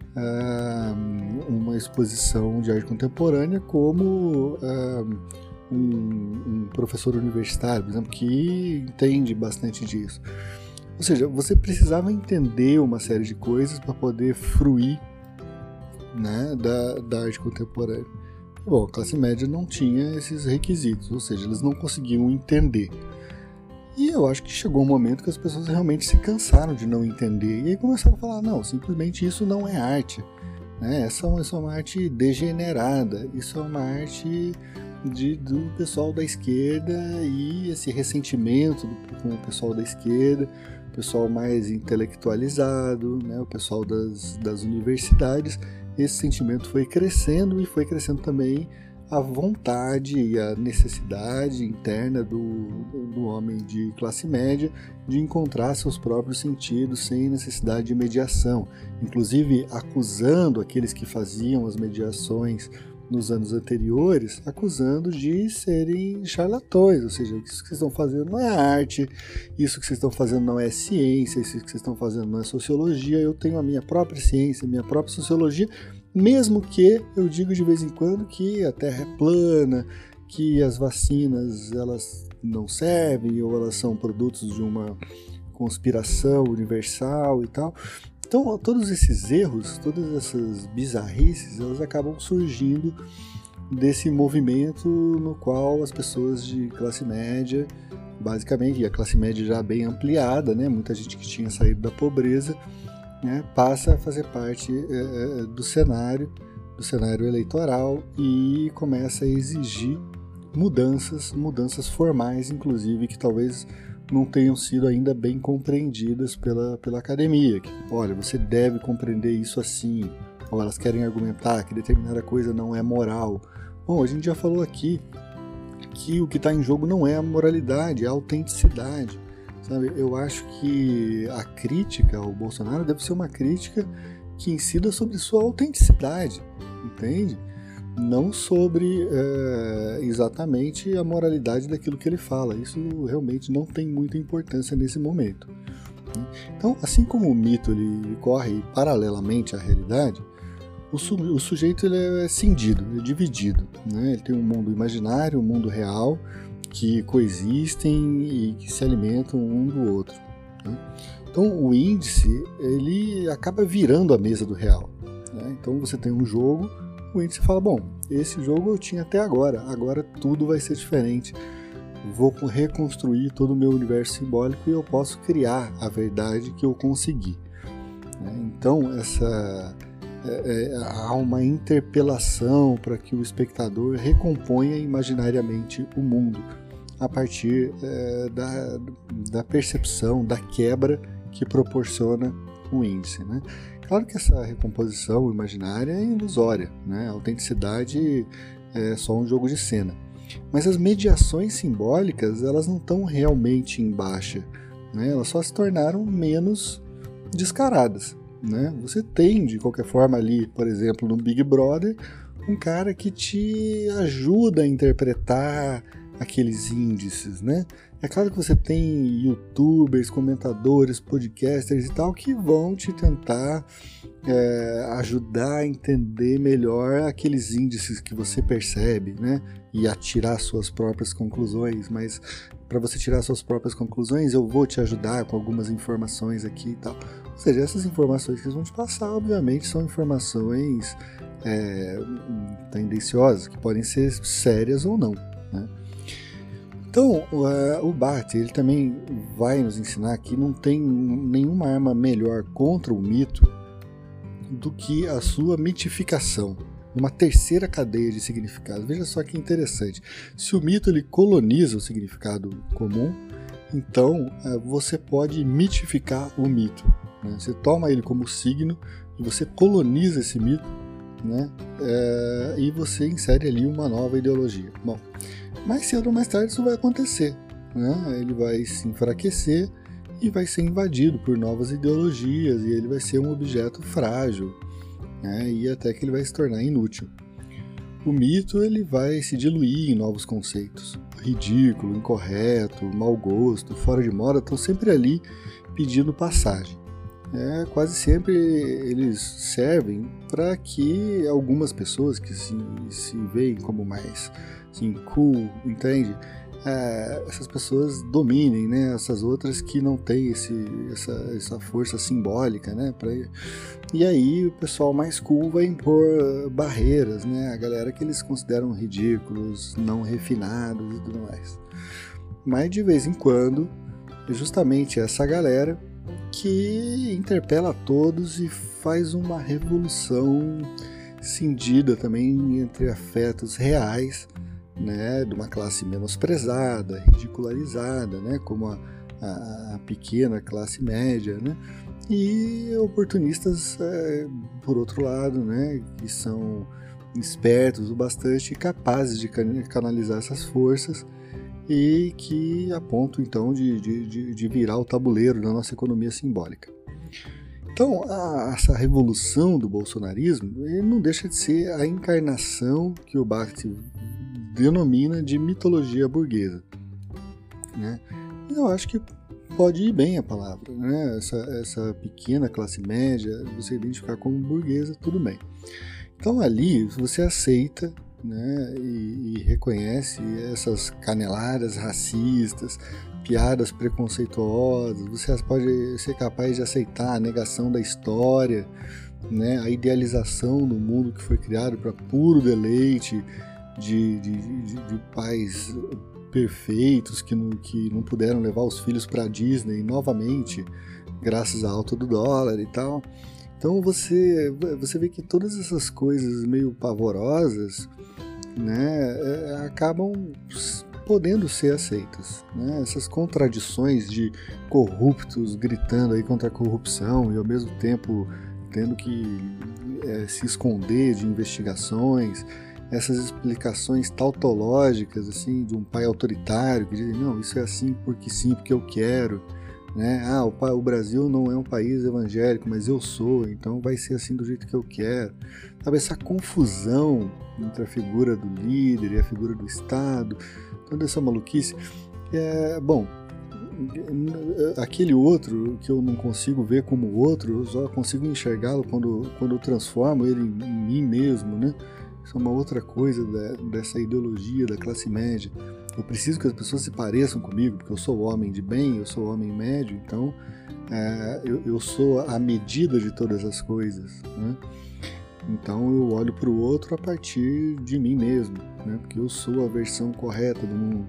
uh, uma exposição de arte contemporânea como uh, um, um professor universitário, por exemplo, que entende bastante disso. Ou seja, você precisava entender uma série de coisas para poder fruir, né, da, da arte contemporânea. Bom, a classe média não tinha esses requisitos, ou seja, eles não conseguiam entender. E eu acho que chegou um momento que as pessoas realmente se cansaram de não entender, e aí começaram a falar, não, simplesmente isso não é arte, né? Essa, essa é uma arte degenerada, isso é uma arte de, do pessoal da esquerda, e esse ressentimento do, com o pessoal da esquerda, o pessoal mais intelectualizado, né, o pessoal das, das universidades, esse sentimento foi crescendo e foi crescendo também a vontade e a necessidade interna do, do homem de classe média de encontrar seus próprios sentidos sem necessidade de mediação, inclusive acusando aqueles que faziam as mediações nos anos anteriores, acusando de serem charlatões, ou seja, isso que vocês estão fazendo não é arte, isso que vocês estão fazendo não é ciência, isso que vocês estão fazendo não é sociologia, eu tenho a minha própria ciência, a minha própria sociologia, mesmo que eu digo de vez em quando que a Terra é plana, que as vacinas elas não servem ou elas são produtos de uma conspiração universal e tal. Então, todos esses erros, todas essas bizarrices, elas acabam surgindo desse movimento no qual as pessoas de classe média, basicamente, e a classe média já bem ampliada, né, muita gente que tinha saído da pobreza, né, passa a fazer parte é, do cenário, do cenário eleitoral e começa a exigir mudanças, mudanças formais, inclusive, que talvez não tenham sido ainda bem compreendidas pela, pela academia. Que, olha, você deve compreender isso assim, ou elas querem argumentar que determinada coisa não é moral. Bom, a gente já falou aqui que o que está em jogo não é a moralidade, é a autenticidade. Sabe? Eu acho que a crítica ao Bolsonaro deve ser uma crítica que incida sobre sua autenticidade, entende? Não sobre é, exatamente a moralidade daquilo que ele fala. Isso realmente não tem muita importância nesse momento. Então, assim como o mito ele corre paralelamente à realidade, o, su o sujeito ele é cindido, é dividido. Né? Ele tem um mundo imaginário, um mundo real, que coexistem e que se alimentam um do outro. Né? Então, o índice ele acaba virando a mesa do real. Né? Então, você tem um jogo, o índice fala, bom, esse jogo eu tinha até agora, agora tudo vai ser diferente. Vou reconstruir todo o meu universo simbólico e eu posso criar a verdade que eu consegui. Então, essa, é, é, há uma interpelação para que o espectador recomponha imaginariamente o mundo a partir é, da, da percepção, da quebra que proporciona o índice, né? Claro que essa recomposição imaginária é ilusória, né? A autenticidade é só um jogo de cena. Mas as mediações simbólicas, elas não estão realmente em baixa, né? Elas só se tornaram menos descaradas, né? Você tem, de qualquer forma, ali, por exemplo, no Big Brother, um cara que te ajuda a interpretar aqueles índices, né? É claro que você tem youtubers, comentadores, podcasters e tal que vão te tentar é, ajudar a entender melhor aqueles índices que você percebe, né? E a tirar suas próprias conclusões, mas para você tirar suas próprias conclusões eu vou te ajudar com algumas informações aqui e tal. Ou seja, essas informações que eles vão te passar, obviamente, são informações é, tendenciosas, que podem ser sérias ou não, né? Então, uh, o Barthes, ele também vai nos ensinar que não tem nenhuma arma melhor contra o mito do que a sua mitificação, uma terceira cadeia de significado. Veja só que interessante. Se o mito ele coloniza o significado comum, então uh, você pode mitificar o mito. Né? Você toma ele como signo e você coloniza esse mito, né? uh, e você insere ali uma nova ideologia. Bom, mais cedo ou mais tarde isso vai acontecer, né? Ele vai se enfraquecer e vai ser invadido por novas ideologias e ele vai ser um objeto frágil, né? E até que ele vai se tornar inútil. O mito ele vai se diluir em novos conceitos. Ridículo, incorreto, mau gosto, fora de moda estão sempre ali pedindo passagem. É, quase sempre eles servem para que algumas pessoas que se, se veem como mais assim, cool, entende? É, essas pessoas dominem, né? Essas outras que não têm esse, essa, essa força simbólica, né? Pra... E aí o pessoal mais cool vai impor barreiras, né? A galera que eles consideram ridículos, não refinados e tudo mais. Mas de vez em quando, é justamente essa galera que interpela a todos e faz uma revolução cindida também entre afetos reais, né, de uma classe menosprezada, ridicularizada, né, como a, a, a pequena classe média, né, e oportunistas, é, por outro lado, né, que são espertos o bastante e capazes de canalizar essas forças e que a ponto então de, de, de virar o tabuleiro da nossa economia simbólica. Então, a, essa revolução do bolsonarismo ele não deixa de ser a encarnação que o Bakhtin denomina de mitologia burguesa, né? Eu acho que pode ir bem a palavra, né? Essa, essa pequena classe média, você identificar como burguesa, tudo bem. Então ali você aceita, né, e, e reconhece essas caneladas racistas, piadas preconceituosas, você pode ser capaz de aceitar a negação da história, né, a idealização do mundo que foi criado para puro deleite de, de, de, de pais perfeitos que não, que não puderam levar os filhos para a Disney novamente, graças à alta do dólar e tal. Então você, você vê que todas essas coisas meio pavorosas, né, acabam podendo ser aceitas, né? Essas contradições de corruptos gritando aí contra a corrupção e ao mesmo tempo tendo que é, se esconder de investigações, essas explicações tautológicas assim de um pai autoritário que dizem não, isso é assim porque sim, porque eu quero, né? Ah, o, o Brasil não é um país evangélico, mas eu sou, então vai ser assim do jeito que eu quero. Sabe, essa confusão entre a figura do líder e a figura do Estado, toda essa maluquice. É, bom, aquele outro que eu não consigo ver como outro, eu só consigo enxergá-lo quando, quando eu transformo ele em mim mesmo, né? Isso é uma outra coisa da, dessa ideologia da classe média. Eu preciso que as pessoas se pareçam comigo, porque eu sou homem de bem, eu sou homem médio, então é, eu, eu sou a medida de todas as coisas, né? Então eu olho para o outro a partir de mim mesmo, né? Porque eu sou a versão correta do mundo.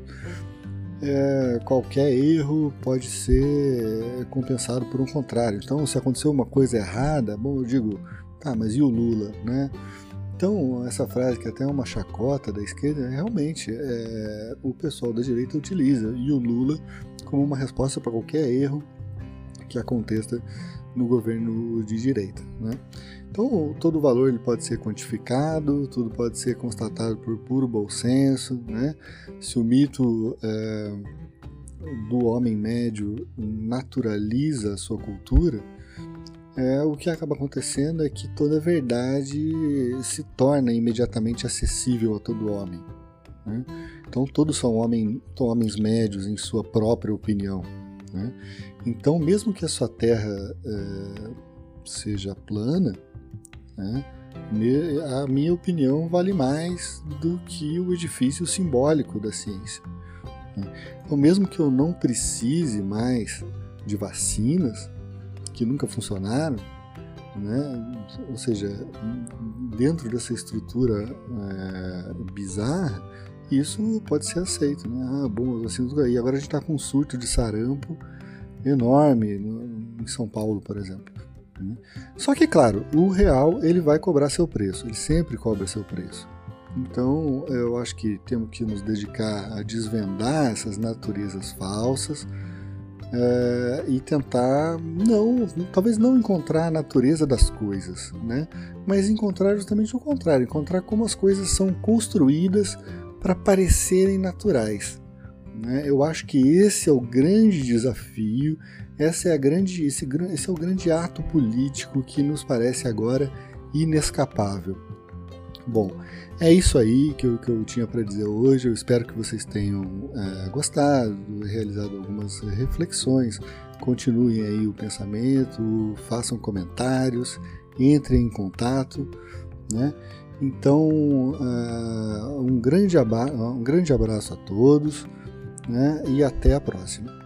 É, qualquer erro pode ser compensado por um contrário. Então, se aconteceu uma coisa errada, bom, eu digo, tá, mas e o Lula, né? Então, essa frase que até é uma chacota da esquerda, realmente é, o pessoal da direita utiliza, e o Lula como uma resposta para qualquer erro que aconteça no governo de direita, né? Então, todo valor ele pode ser quantificado, tudo pode ser constatado por puro bom senso, né? Se o mito é, do homem médio naturaliza a sua cultura, é, o que acaba acontecendo é que toda verdade se torna imediatamente acessível a todo homem, né? Então, todos são homem, homens médios em sua própria opinião, né? Então, mesmo que a sua terra é, seja plana, né, a minha opinião vale mais do que o edifício simbólico da ciência, né? Então, mesmo que eu não precise mais de vacinas que nunca funcionaram, né, ou seja, dentro dessa estrutura é, bizarra, isso pode ser aceito, né? Ah, bom, as vacinas aí. Agora a gente está com um surto de sarampo enorme no, em São Paulo, por exemplo, né? Só que, claro, o real ele vai cobrar seu preço, ele sempre cobra seu preço. Então, eu acho que temos que nos dedicar a desvendar essas naturezas falsas é, e tentar, não, talvez não encontrar a natureza das coisas, né? Mas encontrar justamente o contrário, encontrar como as coisas são construídas para parecerem naturais, né? Eu acho que esse é o grande desafio, essa é a grande, esse, esse é o grande ato político que nos parece agora inescapável. Bom, é isso aí que eu, que eu tinha para dizer hoje. Eu espero que vocês tenham é, gostado, realizado algumas reflexões. Continuem aí o pensamento, façam comentários, entrem em contato, né? Então, uh, um grande aba- um grande abraço a todos, né? E até a próxima.